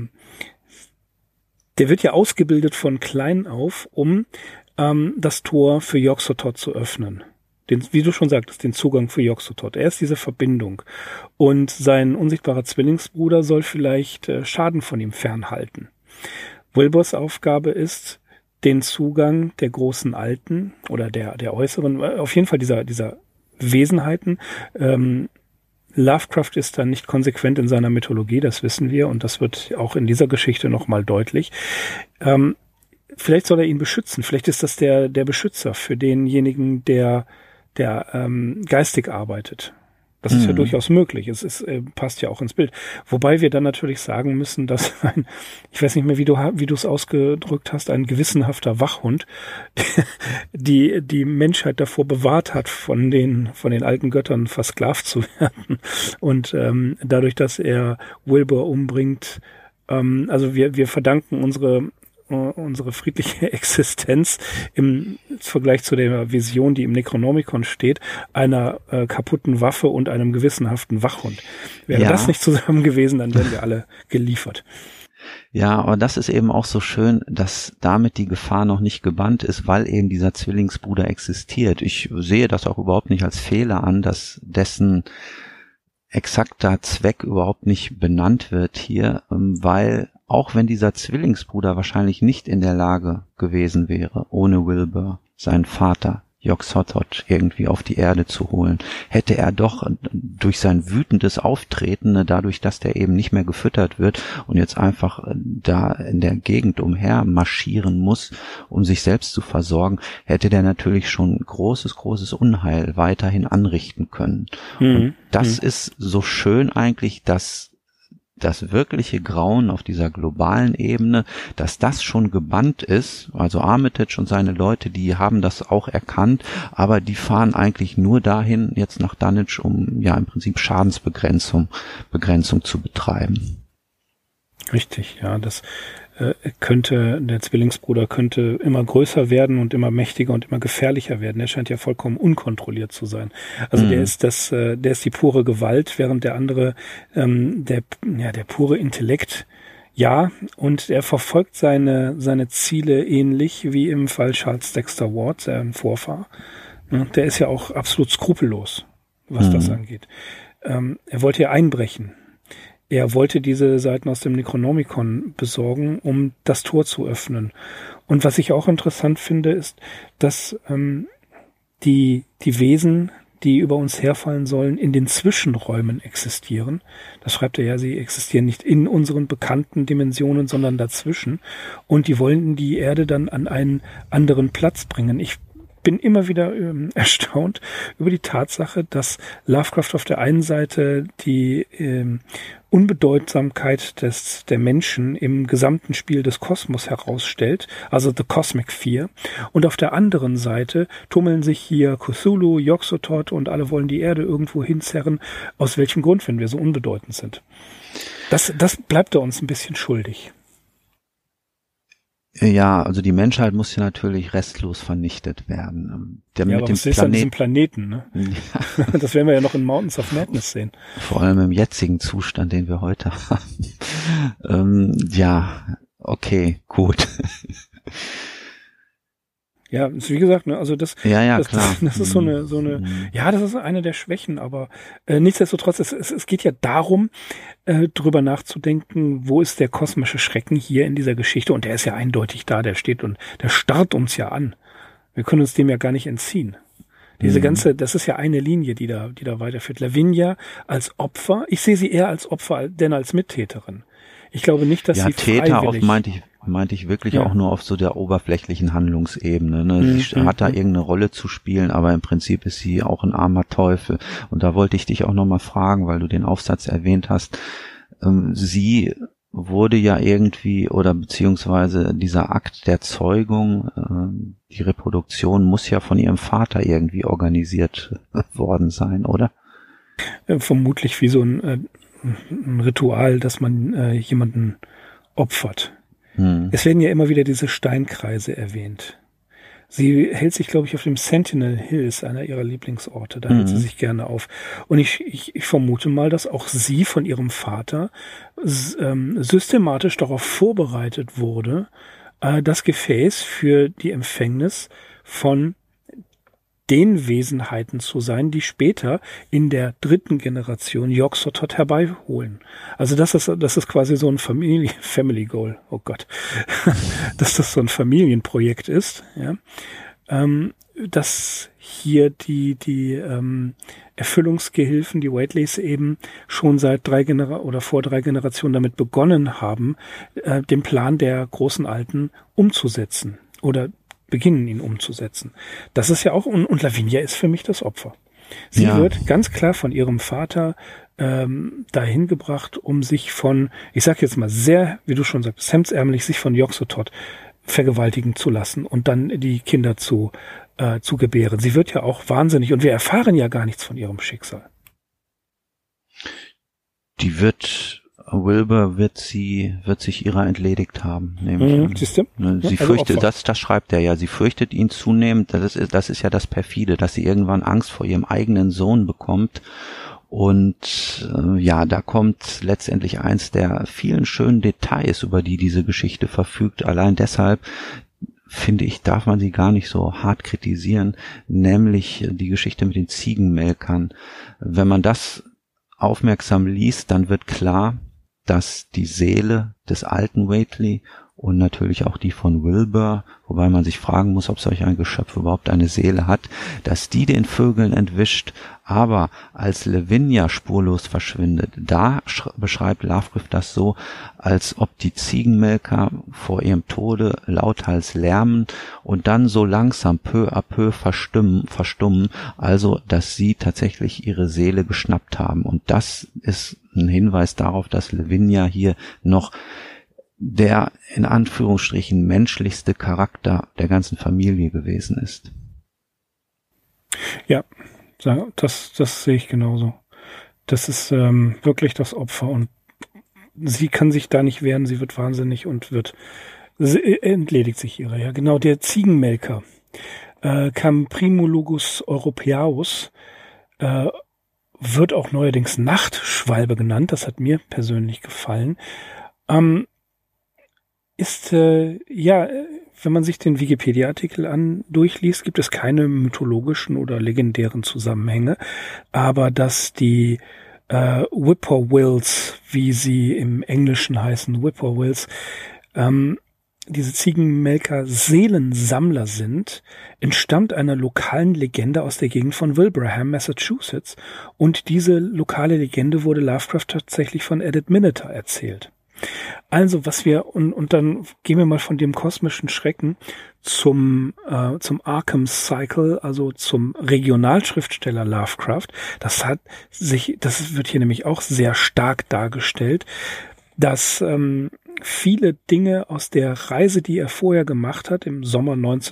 [SPEAKER 1] wird ja ausgebildet von klein auf, um das Tor für Yog-Sothoth zu öffnen. Wie du schon sagtest, den Zugang für Yog-Sothoth. Er ist diese Verbindung. Und sein unsichtbarer Zwillingsbruder soll vielleicht Schaden von ihm fernhalten. Wilburs Aufgabe ist, den Zugang der großen Alten oder der äußeren, auf jeden Fall dieser Wesenheiten. Lovecraft ist da nicht konsequent in seiner Mythologie, das wissen wir. Und das wird auch in dieser Geschichte nochmal deutlich. Vielleicht soll er ihn beschützen. Vielleicht ist das der Beschützer für denjenigen, der geistig arbeitet. Das ist ja durchaus möglich. Es passt ja auch ins Bild. Wobei wir dann natürlich sagen müssen, dass ich weiß nicht mehr, wie du es ausgedrückt hast, ein gewissenhafter Wachhund, die Menschheit davor bewahrt hat, von den alten Göttern versklavt zu werden. Und dadurch, dass er Wilbur umbringt, also wir verdanken unsere friedliche Existenz im Vergleich zu der Vision, die im Necronomicon steht, einer kaputten Waffe und einem gewissenhaften Wachhund. Wäre das nicht zusammen gewesen, dann wären wir alle geliefert.
[SPEAKER 2] Ja, aber das ist eben auch so schön, dass damit die Gefahr noch nicht gebannt ist, weil eben dieser Zwillingsbruder existiert. Ich sehe das auch überhaupt nicht als Fehler an, dass dessen exakter Zweck überhaupt nicht benannt wird hier, weil auch wenn dieser Zwillingsbruder wahrscheinlich nicht in der Lage gewesen wäre, ohne Wilbur, seinen Vater, Yog-Sothoth, irgendwie auf die Erde zu holen, hätte er doch durch sein wütendes Auftreten, dadurch, dass der eben nicht mehr gefüttert wird und jetzt einfach da in der Gegend umher marschieren muss, um sich selbst zu versorgen, hätte der natürlich schon großes Unheil weiterhin anrichten können. Und das ist so schön eigentlich, dass das wirkliche Grauen auf dieser globalen Ebene, dass das schon gebannt ist, also Armitage und seine Leute, die haben das auch erkannt, aber die fahren eigentlich nur dahin, jetzt nach Dunwich, um im Prinzip Schadensbegrenzung zu betreiben.
[SPEAKER 1] Richtig, ja, das der Zwillingsbruder könnte immer größer werden und immer mächtiger und immer gefährlicher werden. Er scheint ja vollkommen unkontrolliert zu sein. Also der ist die pure Gewalt, während der andere der pure Intellekt. Ja, und er verfolgt seine Ziele ähnlich wie im Fall Charles Dexter Ward, sein Vorfahr. Der ist ja auch absolut skrupellos, was das angeht. Er wollte ja einbrechen. Er wollte diese Seiten aus dem Necronomicon besorgen, um das Tor zu öffnen. Und was ich auch interessant finde, ist, dass die Wesen, die über uns herfallen sollen, in den Zwischenräumen existieren. Das schreibt er ja, sie existieren nicht in unseren bekannten Dimensionen, sondern dazwischen. Und die wollen die Erde dann an einen anderen Platz bringen. Ich bin immer wieder erstaunt über die Tatsache, dass Lovecraft auf der einen Seite die Unbedeutsamkeit der Menschen im gesamten Spiel des Kosmos herausstellt, also The Cosmic Fear, und auf der anderen Seite tummeln sich hier Cthulhu, Yog-Sothoth und alle wollen die Erde irgendwo hinzerren. Aus welchem Grund, wenn wir so unbedeutend sind? Das bleibt er uns ein bisschen schuldig.
[SPEAKER 2] Ja, also die Menschheit muss ja natürlich restlos vernichtet werden.
[SPEAKER 1] Aber was ist an diesem Planeten, ne? Ja. Das werden wir ja noch in Mountains of Madness sehen.
[SPEAKER 2] Vor allem im jetzigen Zustand, den wir heute haben. Ja, okay, gut.
[SPEAKER 1] Ja, wie gesagt, ne, also das
[SPEAKER 2] klar.
[SPEAKER 1] Das ist so eine, ja, das ist eine der Schwächen, aber nichtsdestotrotz, es geht ja darum, drüber nachzudenken, wo ist der kosmische Schrecken hier in dieser Geschichte, und der ist ja eindeutig da, der steht und der starrt uns ja an. Wir können uns dem ja gar nicht entziehen. Diese ganze, das ist ja eine Linie, die da weiterführt. Lavinia als Opfer, ich sehe sie eher als Opfer, denn als Mittäterin. Ich glaube nicht, dass sie
[SPEAKER 2] Täter oft meinte ich wirklich auch nur auf so der oberflächlichen Handlungsebene. Ne? Sie hat da irgendeine Rolle zu spielen, aber im Prinzip ist sie auch ein armer Teufel. Und da wollte ich dich auch nochmal fragen, weil du den Aufsatz erwähnt hast. Sie wurde ja irgendwie, oder beziehungsweise dieser Akt der Zeugung, die Reproduktion muss ja von ihrem Vater irgendwie organisiert worden sein, oder?
[SPEAKER 1] Vermutlich wie so ein Ritual, dass man jemanden opfert. Es werden ja immer wieder diese Steinkreise erwähnt. Sie hält sich, glaube ich, auf dem Sentinel Hills, einer ihrer Lieblingsorte. Da hält sie sich gerne auf. Und ich vermute mal, dass auch sie von ihrem Vater systematisch darauf vorbereitet wurde, das Gefäß für die Empfängnis von den Wesenheiten zu sein, die später in der dritten Generation Yog-Sothoth herbeiholen. Also das ist quasi so ein Family Goal. Oh Gott. Dass das so ein Familienprojekt ist, ja. Dass hier die Erfüllungsgehilfen, die Whateleys eben schon seit vor 3 Generationen damit begonnen haben, den Plan der großen Alten umzusetzen oder beginnen, ihn umzusetzen. Das ist ja auch, und Lavinia ist für mich das Opfer. Sie wird ganz klar von ihrem Vater dahin gebracht, um sich von, ich sag jetzt mal sehr, wie du schon sagst, hemdsärmelig, sich von Yog-Sothoth vergewaltigen zu lassen und dann die Kinder zu gebären. Sie wird ja auch wahnsinnig, und wir erfahren ja gar nichts von ihrem Schicksal.
[SPEAKER 2] Wilbur wird sich ihrer entledigt haben.
[SPEAKER 1] Siehst du?
[SPEAKER 2] Sie fürchtet, das schreibt er ja, sie fürchtet ihn zunehmend, das ist ja das perfide, dass sie irgendwann Angst vor ihrem eigenen Sohn bekommt. Und da kommt letztendlich eins der vielen schönen Details, über die diese Geschichte verfügt. Allein deshalb, finde ich, darf man sie gar nicht so hart kritisieren, nämlich die Geschichte mit den Ziegenmelkern. Wenn man das aufmerksam liest, dann wird klar, dass die Seele des alten Whately und natürlich auch die von Wilbur, wobei man sich fragen muss, ob solch ein Geschöpf überhaupt eine Seele hat, dass die den Vögeln entwischt, aber als Lavinia spurlos verschwindet, da beschreibt Lovecraft das so, als ob die Ziegenmelker vor ihrem Tode lauthals lärmen und dann so langsam peu à peu verstummen, also dass sie tatsächlich ihre Seele geschnappt haben. Und das ist ein Hinweis darauf, dass Lavinia hier noch der in Anführungsstrichen menschlichste Charakter der ganzen Familie gewesen ist.
[SPEAKER 1] Ja, das sehe ich genauso. Das ist wirklich das Opfer, und sie kann sich da nicht wehren, sie wird wahnsinnig und entledigt sich ihrer. Ja, genau, der Ziegenmelker, Camprimulugus europaeus, wird auch neuerdings Nachtschwalbe genannt. Das hat mir persönlich gefallen. Wenn man sich den Wikipedia-Artikel durchliest, gibt es keine mythologischen oder legendären Zusammenhänge, aber dass die Whippoorwills, wie sie im Englischen heißen, Whippoorwills, diese Ziegenmelker Seelensammler sind, entstammt einer lokalen Legende aus der Gegend von Wilbraham, Massachusetts. Und diese lokale Legende wurde Lovecraft tatsächlich von Edith Minneter erzählt. Also, und dann gehen wir mal von dem kosmischen Schrecken zum Arkham Cycle, also zum Regionalschriftsteller Lovecraft. Das wird hier nämlich auch sehr stark dargestellt, dass viele Dinge aus der Reise, die er vorher gemacht hat, im Sommer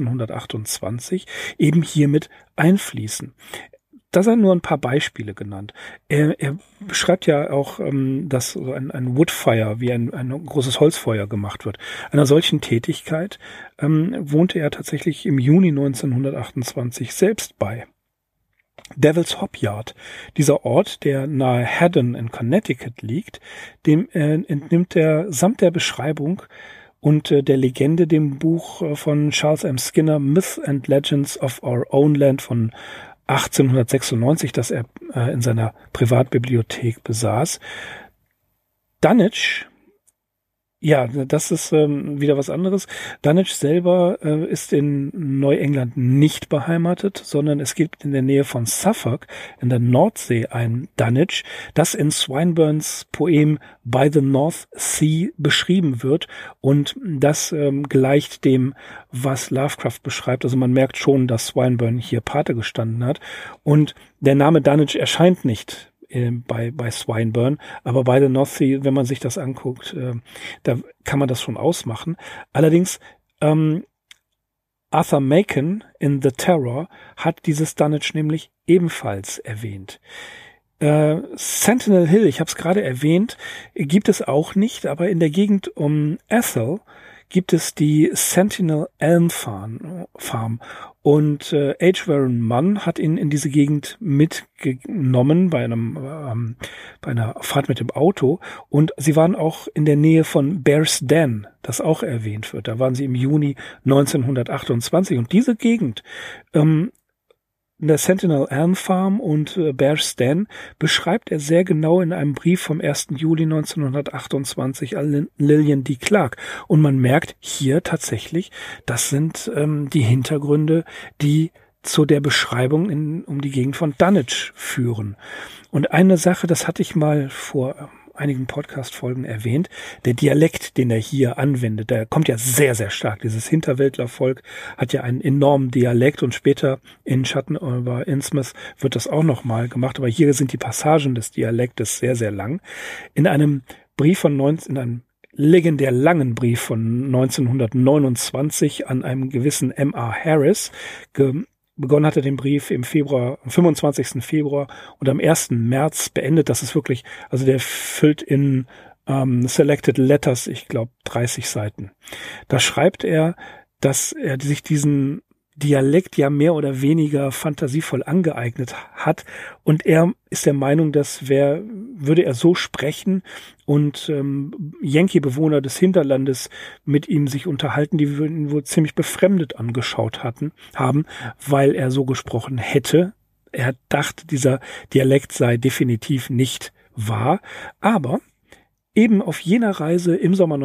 [SPEAKER 1] 1928, eben hiermit einfließen. Da sind nur ein paar Beispiele genannt. Er beschreibt ja auch, dass so ein Woodfire, wie ein großes Holzfeuer gemacht wird. Einer solchen Tätigkeit wohnte er tatsächlich im Juni 1928 selbst bei. Devil's Hop Yard, dieser Ort, der nahe Haddon in Connecticut liegt, dem entnimmt er samt der Beschreibung und der Legende dem Buch von Charles M. Skinner, Myths and Legends of Our Own Land von 1896, das er in seiner Privatbibliothek besaß. Dunwich, ja, das ist wieder was anderes. Dunwich selber ist in Neuengland nicht beheimatet, sondern es gibt in der Nähe von Suffolk in der Nordsee ein Dunwich, das in Swinburnes Poem By the North Sea beschrieben wird, und das gleicht dem, was Lovecraft beschreibt. Also man merkt schon, dass Swinburne hier Pate gestanden hat, und der Name Dunwich erscheint nicht bei Swinburne, aber bei The North Sea, wenn man sich das anguckt, da kann man das schon ausmachen. Allerdings Arthur Machen in The Terror hat dieses Dunwich nämlich ebenfalls erwähnt. Sentinel Hill, ich habe es gerade erwähnt, gibt es auch nicht, aber in der Gegend um Ethel gibt es die Sentinel Elm Farm. Und H. Warren Munn hat ihn in diese Gegend mitgenommen bei einer Fahrt mit dem Auto. Und sie waren auch in der Nähe von Bear's Den, das auch erwähnt wird. Da waren sie im Juni 1928. Und diese Gegend, in der Sentinel Elm Farm und Bear's Den, beschreibt er sehr genau in einem Brief vom 1. Juli 1928 an Lillian D. Clark. Und man merkt hier tatsächlich, das sind die Hintergründe, die zu der Beschreibung um die Gegend von Dunwich führen. Und eine Sache, das hatte ich mal vor einigen Podcast-Folgen erwähnt, der Dialekt, den er hier anwendet, der kommt ja sehr, sehr stark. Dieses Hinterwäldlervolk hat ja einen enormen Dialekt, und später in Schatten über Innsmouth wird das auch nochmal gemacht, aber hier sind die Passagen des Dialektes sehr, sehr lang. In einem legendär langen Brief von 1929 an einem gewissen M.R. Harris, begonnen hat er den Brief am 25. Februar und am 1. März beendet. Das ist wirklich, also der füllt in Selected Letters, ich glaube 30 Seiten. Da schreibt er, dass er sich diesen Dialekt ja mehr oder weniger fantasievoll angeeignet hat, und er ist der Meinung, dass würde er so sprechen und Yankee-Bewohner des Hinterlandes mit ihm sich unterhalten, die würden ihn wohl ziemlich befremdet angeschaut haben, weil er so gesprochen hätte. Er dachte, dieser Dialekt sei definitiv nicht wahr, aber eben auf jener Reise im Sommer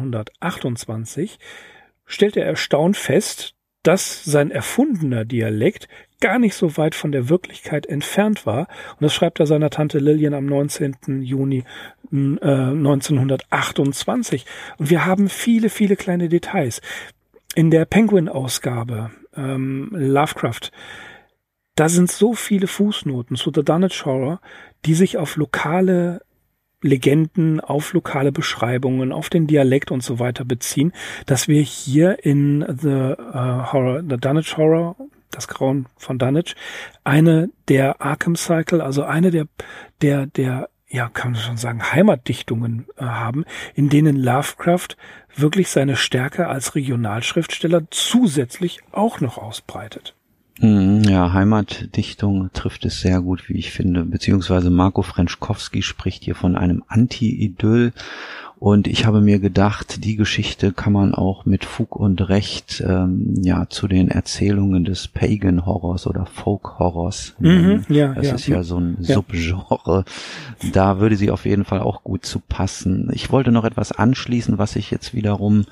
[SPEAKER 1] 1928 stellte er erstaunt fest, dass sein erfundener Dialekt gar nicht so weit von der Wirklichkeit entfernt war. Und das schreibt er seiner Tante Lillian am 19. Juni 1928. Und wir haben viele, viele kleine Details. In der Penguin-Ausgabe Lovecraft, da sind so viele Fußnoten zu The Dunwich Horror, die sich auf lokale Legenden, auf lokale Beschreibungen, auf den Dialekt und so weiter beziehen, dass wir hier in The Dunwich Horror, das Grauen von Dunwich, eine der Arkham Cycle, also eine der ja, kann man schon sagen, Heimatdichtungen haben, in denen Lovecraft wirklich seine Stärke als Regionalschriftsteller zusätzlich auch noch ausbreitet.
[SPEAKER 2] Ja, Heimatdichtung trifft es sehr gut, wie ich finde, beziehungsweise Marco Frenschkowski spricht hier von einem Anti-Idyll. Und ich habe mir gedacht, die Geschichte kann man auch mit Fug und Recht zu den Erzählungen des Pagan-Horrors oder Folk-Horrors nennen. Das ist ja so ein Subgenre. Da würde sie auf jeden Fall auch gut zu passen. Ich wollte noch etwas anschließen, was ich jetzt wiederum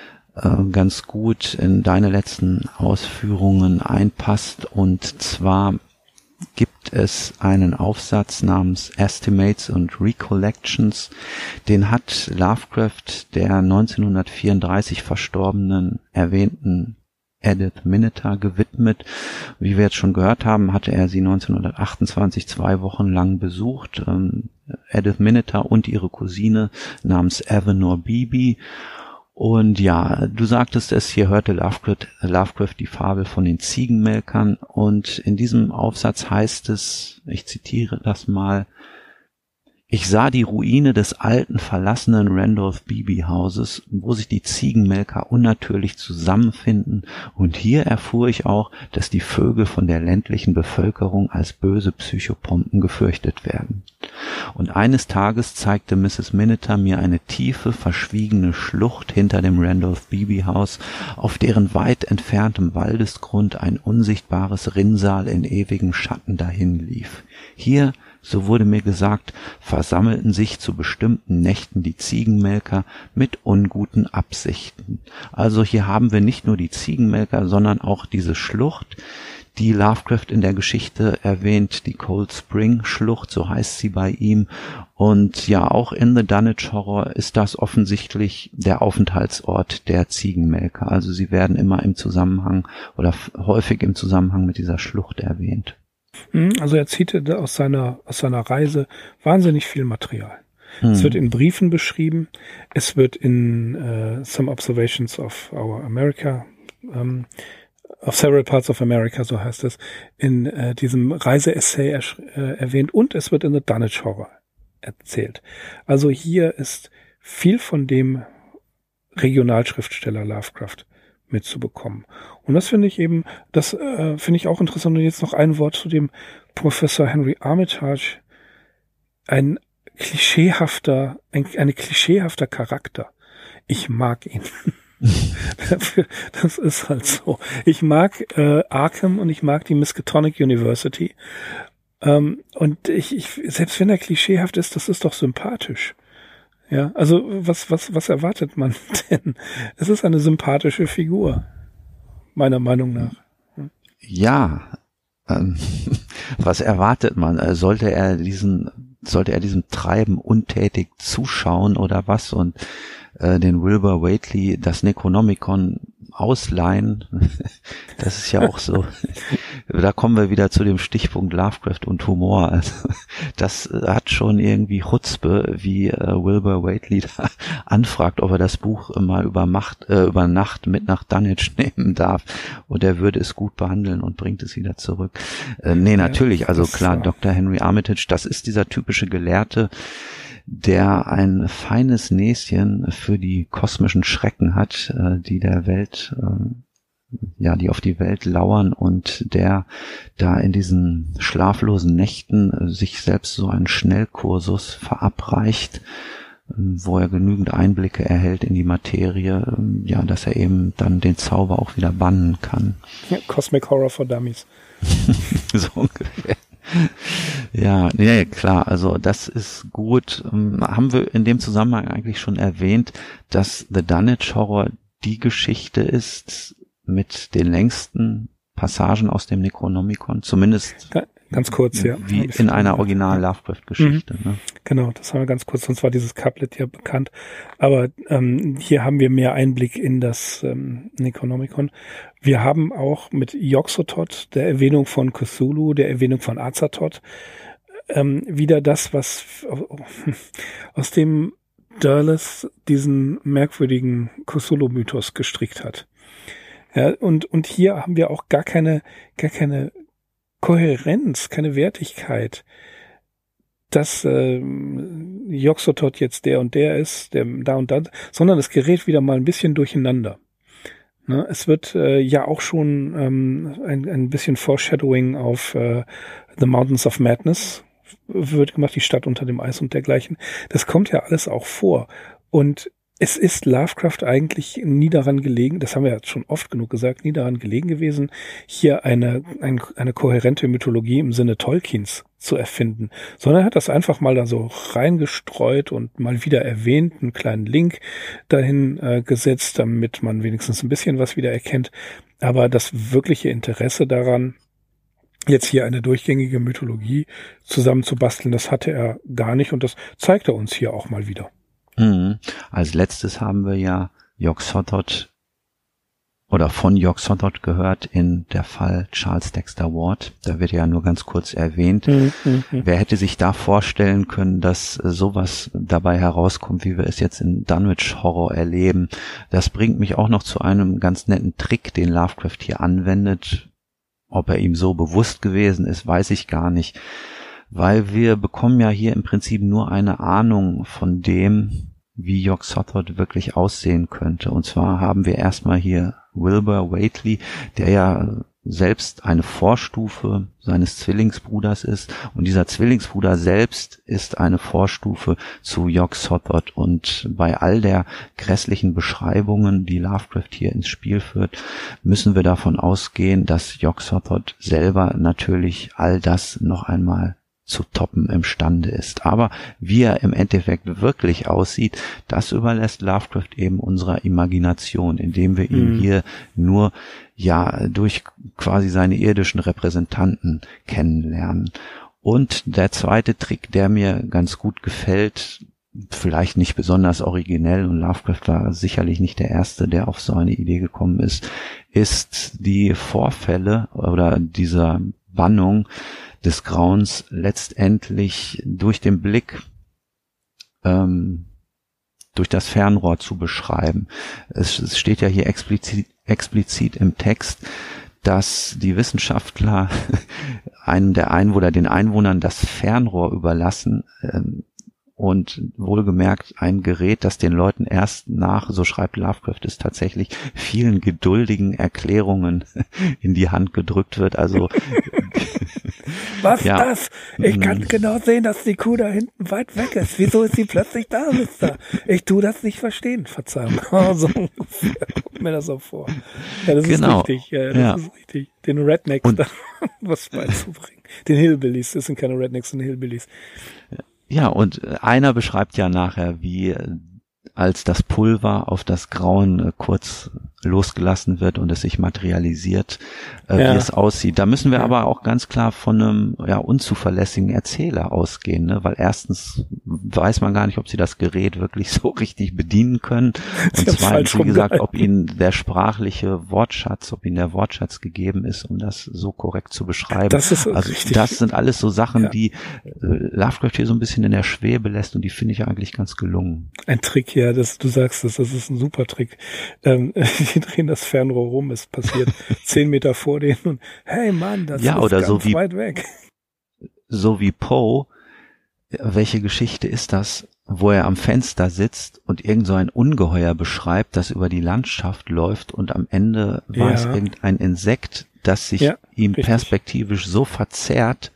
[SPEAKER 2] ganz gut in deine letzten Ausführungen einpasst. Und zwar gibt es einen Aufsatz namens Estimates and Recollections. Den hat Lovecraft der 1934 verstorbenen erwähnten Edith Mineta gewidmet. Wie wir jetzt schon gehört haben, hatte er sie 1928 2 Wochen lang besucht. Edith Mineta und ihre Cousine namens Evanor Beebe. Und ja, du sagtest es, hier hörte Lovecraft die Fabel von den Ziegenmelkern, und in diesem Aufsatz heißt es, ich zitiere das mal: Ich sah die Ruine des alten, verlassenen Randolph-Beebe-Hauses, wo sich die Ziegenmelker unnatürlich zusammenfinden, und hier erfuhr ich auch, dass die Vögel von der ländlichen Bevölkerung als böse Psychopompen gefürchtet werden. Und eines Tages zeigte Mrs. Mineta mir eine tiefe, verschwiegene Schlucht hinter dem Randolph-Beebe-Haus, auf deren weit entferntem Waldesgrund ein unsichtbares Rinnsal in ewigem Schatten dahinlief. Hier, so wurde mir gesagt, versammelten sich zu bestimmten Nächten die Ziegenmelker mit unguten Absichten. Also hier haben wir nicht nur die Ziegenmelker, sondern auch diese Schlucht, die Lovecraft in der Geschichte erwähnt, die Cold Spring Schlucht, so heißt sie bei ihm. Und ja, auch in The Dunwich Horror ist das offensichtlich der Aufenthaltsort der Ziegenmelker. Also sie werden immer im Zusammenhang oder häufig im Zusammenhang mit dieser Schlucht erwähnt.
[SPEAKER 1] Also er zieht aus seiner Reise wahnsinnig viel Material. Es wird in Briefen beschrieben, es wird in Some Observations of Our America, of Several Parts of America, so heißt es, in diesem Reise-Essay erwähnt, und es wird in The Dunwich Horror erzählt. Also hier ist viel von dem Regionalschriftsteller Lovecraft mitzubekommen. Und das finde ich eben, finde ich auch interessant. Und jetzt noch ein Wort zu dem Professor Henry Armitage. Ein klischeehafter Charakter. Ich mag ihn. Das ist halt so. Ich mag Arkham und ich mag die Miskatonic University. Und selbst wenn er klischeehaft ist, das ist doch sympathisch. Ja, also was erwartet man denn? Es ist eine sympathische Figur, meiner Meinung nach.
[SPEAKER 2] Ja, was erwartet man? Sollte er diesem Treiben untätig zuschauen oder was und den Wilbur Whately das Necronomicon ausleihen? Das ist ja auch so. Da kommen wir wieder zu dem Stichpunkt Lovecraft und Humor. Also, das hat schon irgendwie Chutzpe, wie Wilbur Whately da anfragt, ob er das Buch mal über Nacht mit nach Dunwich nehmen darf, und er würde es gut behandeln und bringt es wieder zurück. Nee, natürlich, also klar, Dr. Henry Armitage, das ist dieser typische Gelehrte, der ein feines Näschen für die kosmischen Schrecken hat, die der Welt, die auf die Welt lauern, und der da in diesen schlaflosen Nächten sich selbst so einen Schnellkursus verabreicht, wo er genügend Einblicke erhält in die Materie, dass er eben dann den Zauber auch wieder bannen kann.
[SPEAKER 1] Ja, Cosmic Horror for Dummies.
[SPEAKER 2] So ungefähr. Ja, klar, also das ist gut. Haben wir in dem Zusammenhang eigentlich schon erwähnt, dass The Dunwich Horror die Geschichte ist mit den längsten Passagen aus dem Necronomicon, zumindest
[SPEAKER 1] ganz kurz, ja.
[SPEAKER 2] Wie in einer originalen Lovecraft-Geschichte. Ne?
[SPEAKER 1] Genau, das haben wir ganz kurz, sonst war dieses Couplet ja bekannt. Aber hier haben wir mehr Einblick in das Necronomicon. Wir haben auch mit Yog-Sothoth, der Erwähnung von Cthulhu, der Erwähnung von Azathoth, wieder das, was aus dem Derleth diesen merkwürdigen Cthulhu-Mythos gestrickt hat. Ja, und hier haben wir auch gar keine Kohärenz, keine Wertigkeit. dass Yog-Sothoth jetzt der und der ist, der da und da, sondern es gerät wieder mal ein bisschen durcheinander. Ne? Es wird ja auch schon ein bisschen Foreshadowing auf The Mountains of Madness wird gemacht, die Stadt unter dem Eis und dergleichen. Das kommt ja alles auch vor. Und es ist Lovecraft eigentlich nie daran gelegen, das haben wir ja schon oft genug gesagt, nie daran gelegen gewesen, hier eine kohärente Mythologie im Sinne Tolkiens zu erfinden, sondern er hat das einfach mal da so reingestreut und mal wieder erwähnt, einen kleinen Link dahin gesetzt, damit man wenigstens ein bisschen was wieder erkennt. Aber das wirkliche Interesse daran, jetzt hier eine durchgängige Mythologie zusammenzubasteln, das hatte er gar nicht und das zeigt er uns hier auch mal wieder.
[SPEAKER 2] Als letztes haben wir ja Yog-Sothoth oder von Yog-Sothoth gehört in der Fall Charles Dexter Ward. Da wird ja nur ganz kurz erwähnt. Wer hätte sich da vorstellen können, dass sowas dabei herauskommt, wie wir es jetzt in Dunwich Horror erleben. Das bringt mich auch noch zu einem ganz netten Trick, den Lovecraft hier anwendet. Ob er ihm so bewusst gewesen ist, weiß ich gar nicht. Weil wir bekommen ja hier im Prinzip nur eine Ahnung von dem, wie Yog-Sothoth wirklich aussehen könnte. Und zwar haben wir erstmal hier Wilbur Whateley, der ja selbst eine Vorstufe seines Zwillingsbruders ist. Und dieser Zwillingsbruder selbst ist eine Vorstufe zu Yog-Sothoth. Und bei all der grässlichen Beschreibungen, die Lovecraft hier ins Spiel führt, müssen wir davon ausgehen, dass Yog-Sothoth selber natürlich all das noch einmal zu toppen imstande ist. Aber wie er im Endeffekt wirklich aussieht, das überlässt Lovecraft eben unserer Imagination, indem wir ihn hier nur ja durch quasi seine irdischen Repräsentanten kennenlernen. Und der zweite Trick, der mir ganz gut gefällt, vielleicht nicht besonders originell und Lovecraft war sicherlich nicht der Erste, der auf so eine Idee gekommen ist die Vorfälle oder dieser Bannung des Grauens letztendlich durch den Blick durch das Fernrohr zu beschreiben. Es steht ja hier explizit im Text, dass die Wissenschaftler den Einwohnern das Fernrohr überlassen und wohlgemerkt ein Gerät, das den Leuten erst nach, so schreibt Lovecraft es tatsächlich, vielen geduldigen Erklärungen in die Hand gedrückt wird. Also
[SPEAKER 1] was ja. Das? Ich kann genau sehen, dass die Kuh da hinten weit weg ist. Wieso ist sie plötzlich da, Mister? Ich tu das nicht verstehen, Verzeihung. So ungefähr kommt mir das auch vor. Ja, das ist richtig. Ja, das ist richtig. Den Rednecks da was beizubringen. Den Hillbillies, das sind keine Rednecks, sind Hillbillies.
[SPEAKER 2] Ja, und einer beschreibt ja nachher, wie als das Pulver auf das Grauen kurz losgelassen wird und es sich materialisiert, wie es aussieht. Da müssen wir aber auch ganz klar von einem unzuverlässigen Erzähler ausgehen, ne? Weil erstens weiß man gar nicht, ob sie das Gerät wirklich so richtig bedienen können und zweitens, wie gesagt, ob ihnen der Wortschatz gegeben ist, um das so korrekt zu beschreiben. Das ist also richtig. Das sind alles so Sachen, die Lovecraft hier so ein bisschen in der Schwebe lässt und die finde ich eigentlich ganz gelungen.
[SPEAKER 1] Ein Trick, ja, du sagst es, das ist ein super Trick. Die drehen das Fernrohr rum, es passiert 10 Meter vor denen und hey Mann, das ist ganz so weit weg.
[SPEAKER 2] So wie Poe, welche Geschichte ist das, wo er am Fenster sitzt und irgend so ein Ungeheuer beschreibt, das über die Landschaft läuft und am Ende war es irgendein Insekt, das sich ihm perspektivisch so verzerrt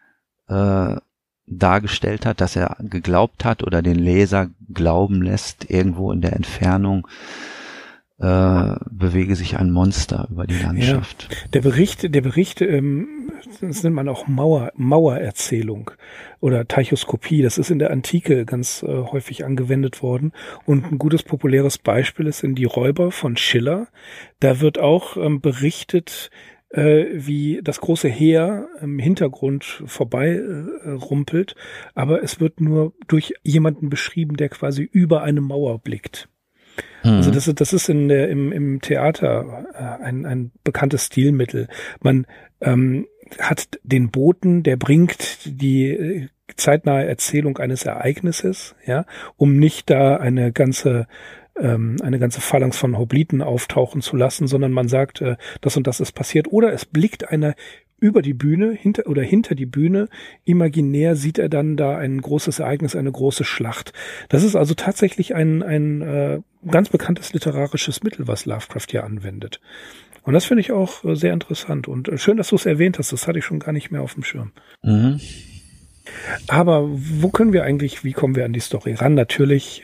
[SPEAKER 2] dargestellt hat, dass er geglaubt hat oder den Leser glauben lässt, irgendwo in der Entfernung bewege sich ein Monster über die Landschaft.
[SPEAKER 1] Ja. Der Bericht, das nennt man auch Mauererzählung oder Teichoskopie. Das ist in der Antike ganz häufig angewendet worden. Und ein gutes populäres Beispiel ist in Die Räuber von Schiller. Da wird auch berichtet, wie das große Heer im Hintergrund vorbei rumpelt, aber es wird nur durch jemanden beschrieben, der quasi über eine Mauer blickt. Also das ist im Theater ein bekanntes Stilmittel. Man hat den Boten, der bringt die zeitnahe Erzählung eines Ereignisses, ja, um nicht da eine ganze Phalanx von Hopliten auftauchen zu lassen, sondern man sagt, das und das ist passiert. Oder es blickt einer über die Bühne, hinter die Bühne, imaginär sieht er dann da ein großes Ereignis, eine große Schlacht. Das ist also tatsächlich ein ganz bekanntes literarisches Mittel, was Lovecraft hier anwendet. Und das finde ich auch sehr interessant. Und schön, dass du es erwähnt hast. Das hatte ich schon gar nicht mehr auf dem Schirm.
[SPEAKER 2] Mhm.
[SPEAKER 1] Aber wie kommen wir an die Story ran? Natürlich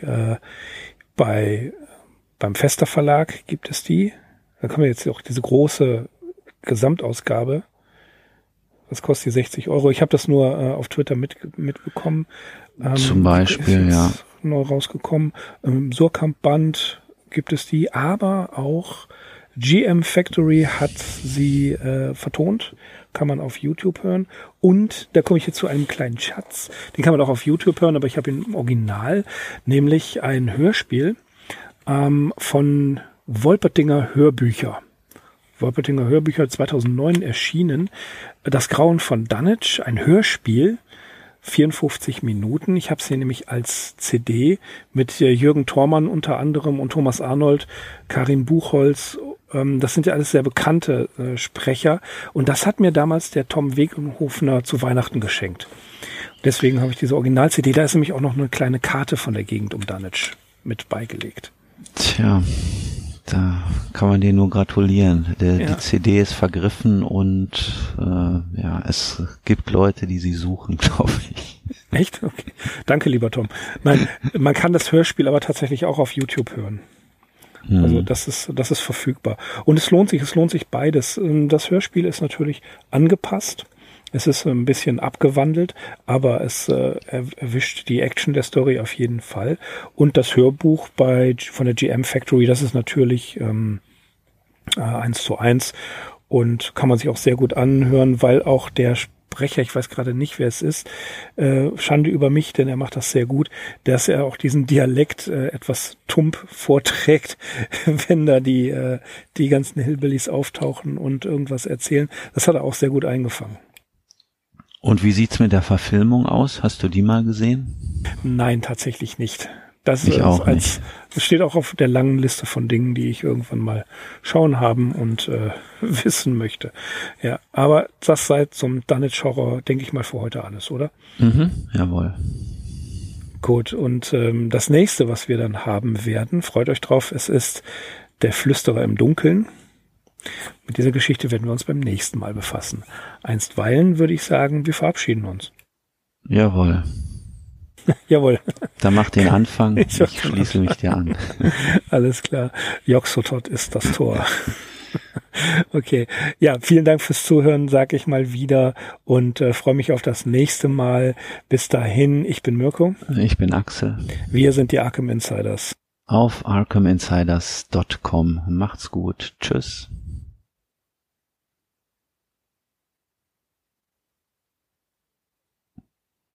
[SPEAKER 1] beim Fester Verlag gibt es die. Da kommen wir jetzt auch diese große Gesamtausgabe. Was kostet die 60 Euro? Ich habe das nur auf Twitter mitbekommen.
[SPEAKER 2] Zum Beispiel, ja.
[SPEAKER 1] Neu rausgekommen. Surkamp-Band gibt es die, aber auch GM Factory hat sie vertont. Kann man auf YouTube hören. Und da komme ich jetzt zu einem kleinen Schatz. Den kann man auch auf YouTube hören, aber ich habe ihn im Original, nämlich ein Hörspiel von Wolpertinger Hörbücher. Wolpertinger Hörbücher 2009 erschienen. Das Grauen von Dunwich, ein Hörspiel, 54 Minuten. Ich habe es hier nämlich als CD mit Jürgen Thormann unter anderem und Thomas Arnold, Karin Buchholz. Das sind ja alles sehr bekannte Sprecher. Und das hat mir damals der Tom Wegenhofner zu Weihnachten geschenkt. Deswegen habe ich diese Original-CD. Da ist nämlich auch noch eine kleine Karte von der Gegend um Dunwich mit beigelegt.
[SPEAKER 2] Tja, da kann man dir nur gratulieren. Die CD ist vergriffen und es gibt Leute, die sie suchen, glaube ich.
[SPEAKER 1] Echt? Okay. Danke, lieber Tom. Nein, man kann das Hörspiel aber tatsächlich auch auf YouTube hören. Also das ist verfügbar. Und es lohnt sich beides. Das Hörspiel ist natürlich angepasst. Es ist ein bisschen abgewandelt, aber es erwischt die Action der Story auf jeden Fall. Und das Hörbuch von der GM Factory, das ist natürlich 1:1 und kann man sich auch sehr gut anhören, weil auch der Sprecher, ich weiß gerade nicht, wer es ist, Schande über mich, denn er macht das sehr gut, dass er auch diesen Dialekt etwas tump vorträgt, wenn da die ganzen Hillbillies auftauchen und irgendwas erzählen. Das hat er auch sehr gut eingefangen.
[SPEAKER 2] Und wie sieht's mit der Verfilmung aus? Hast du die mal gesehen?
[SPEAKER 1] Nein, tatsächlich nicht. Das
[SPEAKER 2] ich auch nicht.
[SPEAKER 1] Steht auch auf der langen Liste von Dingen, die ich irgendwann mal schauen haben und wissen möchte. Ja, aber das sei zum Dunwich Horror, denke ich mal, für heute alles, oder?
[SPEAKER 2] Mhm, jawohl.
[SPEAKER 1] Gut, und das nächste, was wir dann haben werden, freut euch drauf, es ist Der Flüsterer im Dunkeln. Mit dieser Geschichte werden wir uns beim nächsten Mal befassen. Einstweilen würde ich sagen, wir verabschieden uns.
[SPEAKER 2] Jawohl.
[SPEAKER 1] Jawohl.
[SPEAKER 2] Dann mach den Anfang, ich schließe mich dir an.
[SPEAKER 1] Alles klar. Yog-Sothoth ist das Tor. Okay. Ja, vielen Dank fürs Zuhören, sage ich mal wieder und freue mich auf das nächste Mal. Bis dahin, ich bin Mirko.
[SPEAKER 2] Ich bin Axel.
[SPEAKER 1] Wir sind die Arkham Insiders.
[SPEAKER 2] Auf arkhaminsiders.com. Macht's gut. Tschüss.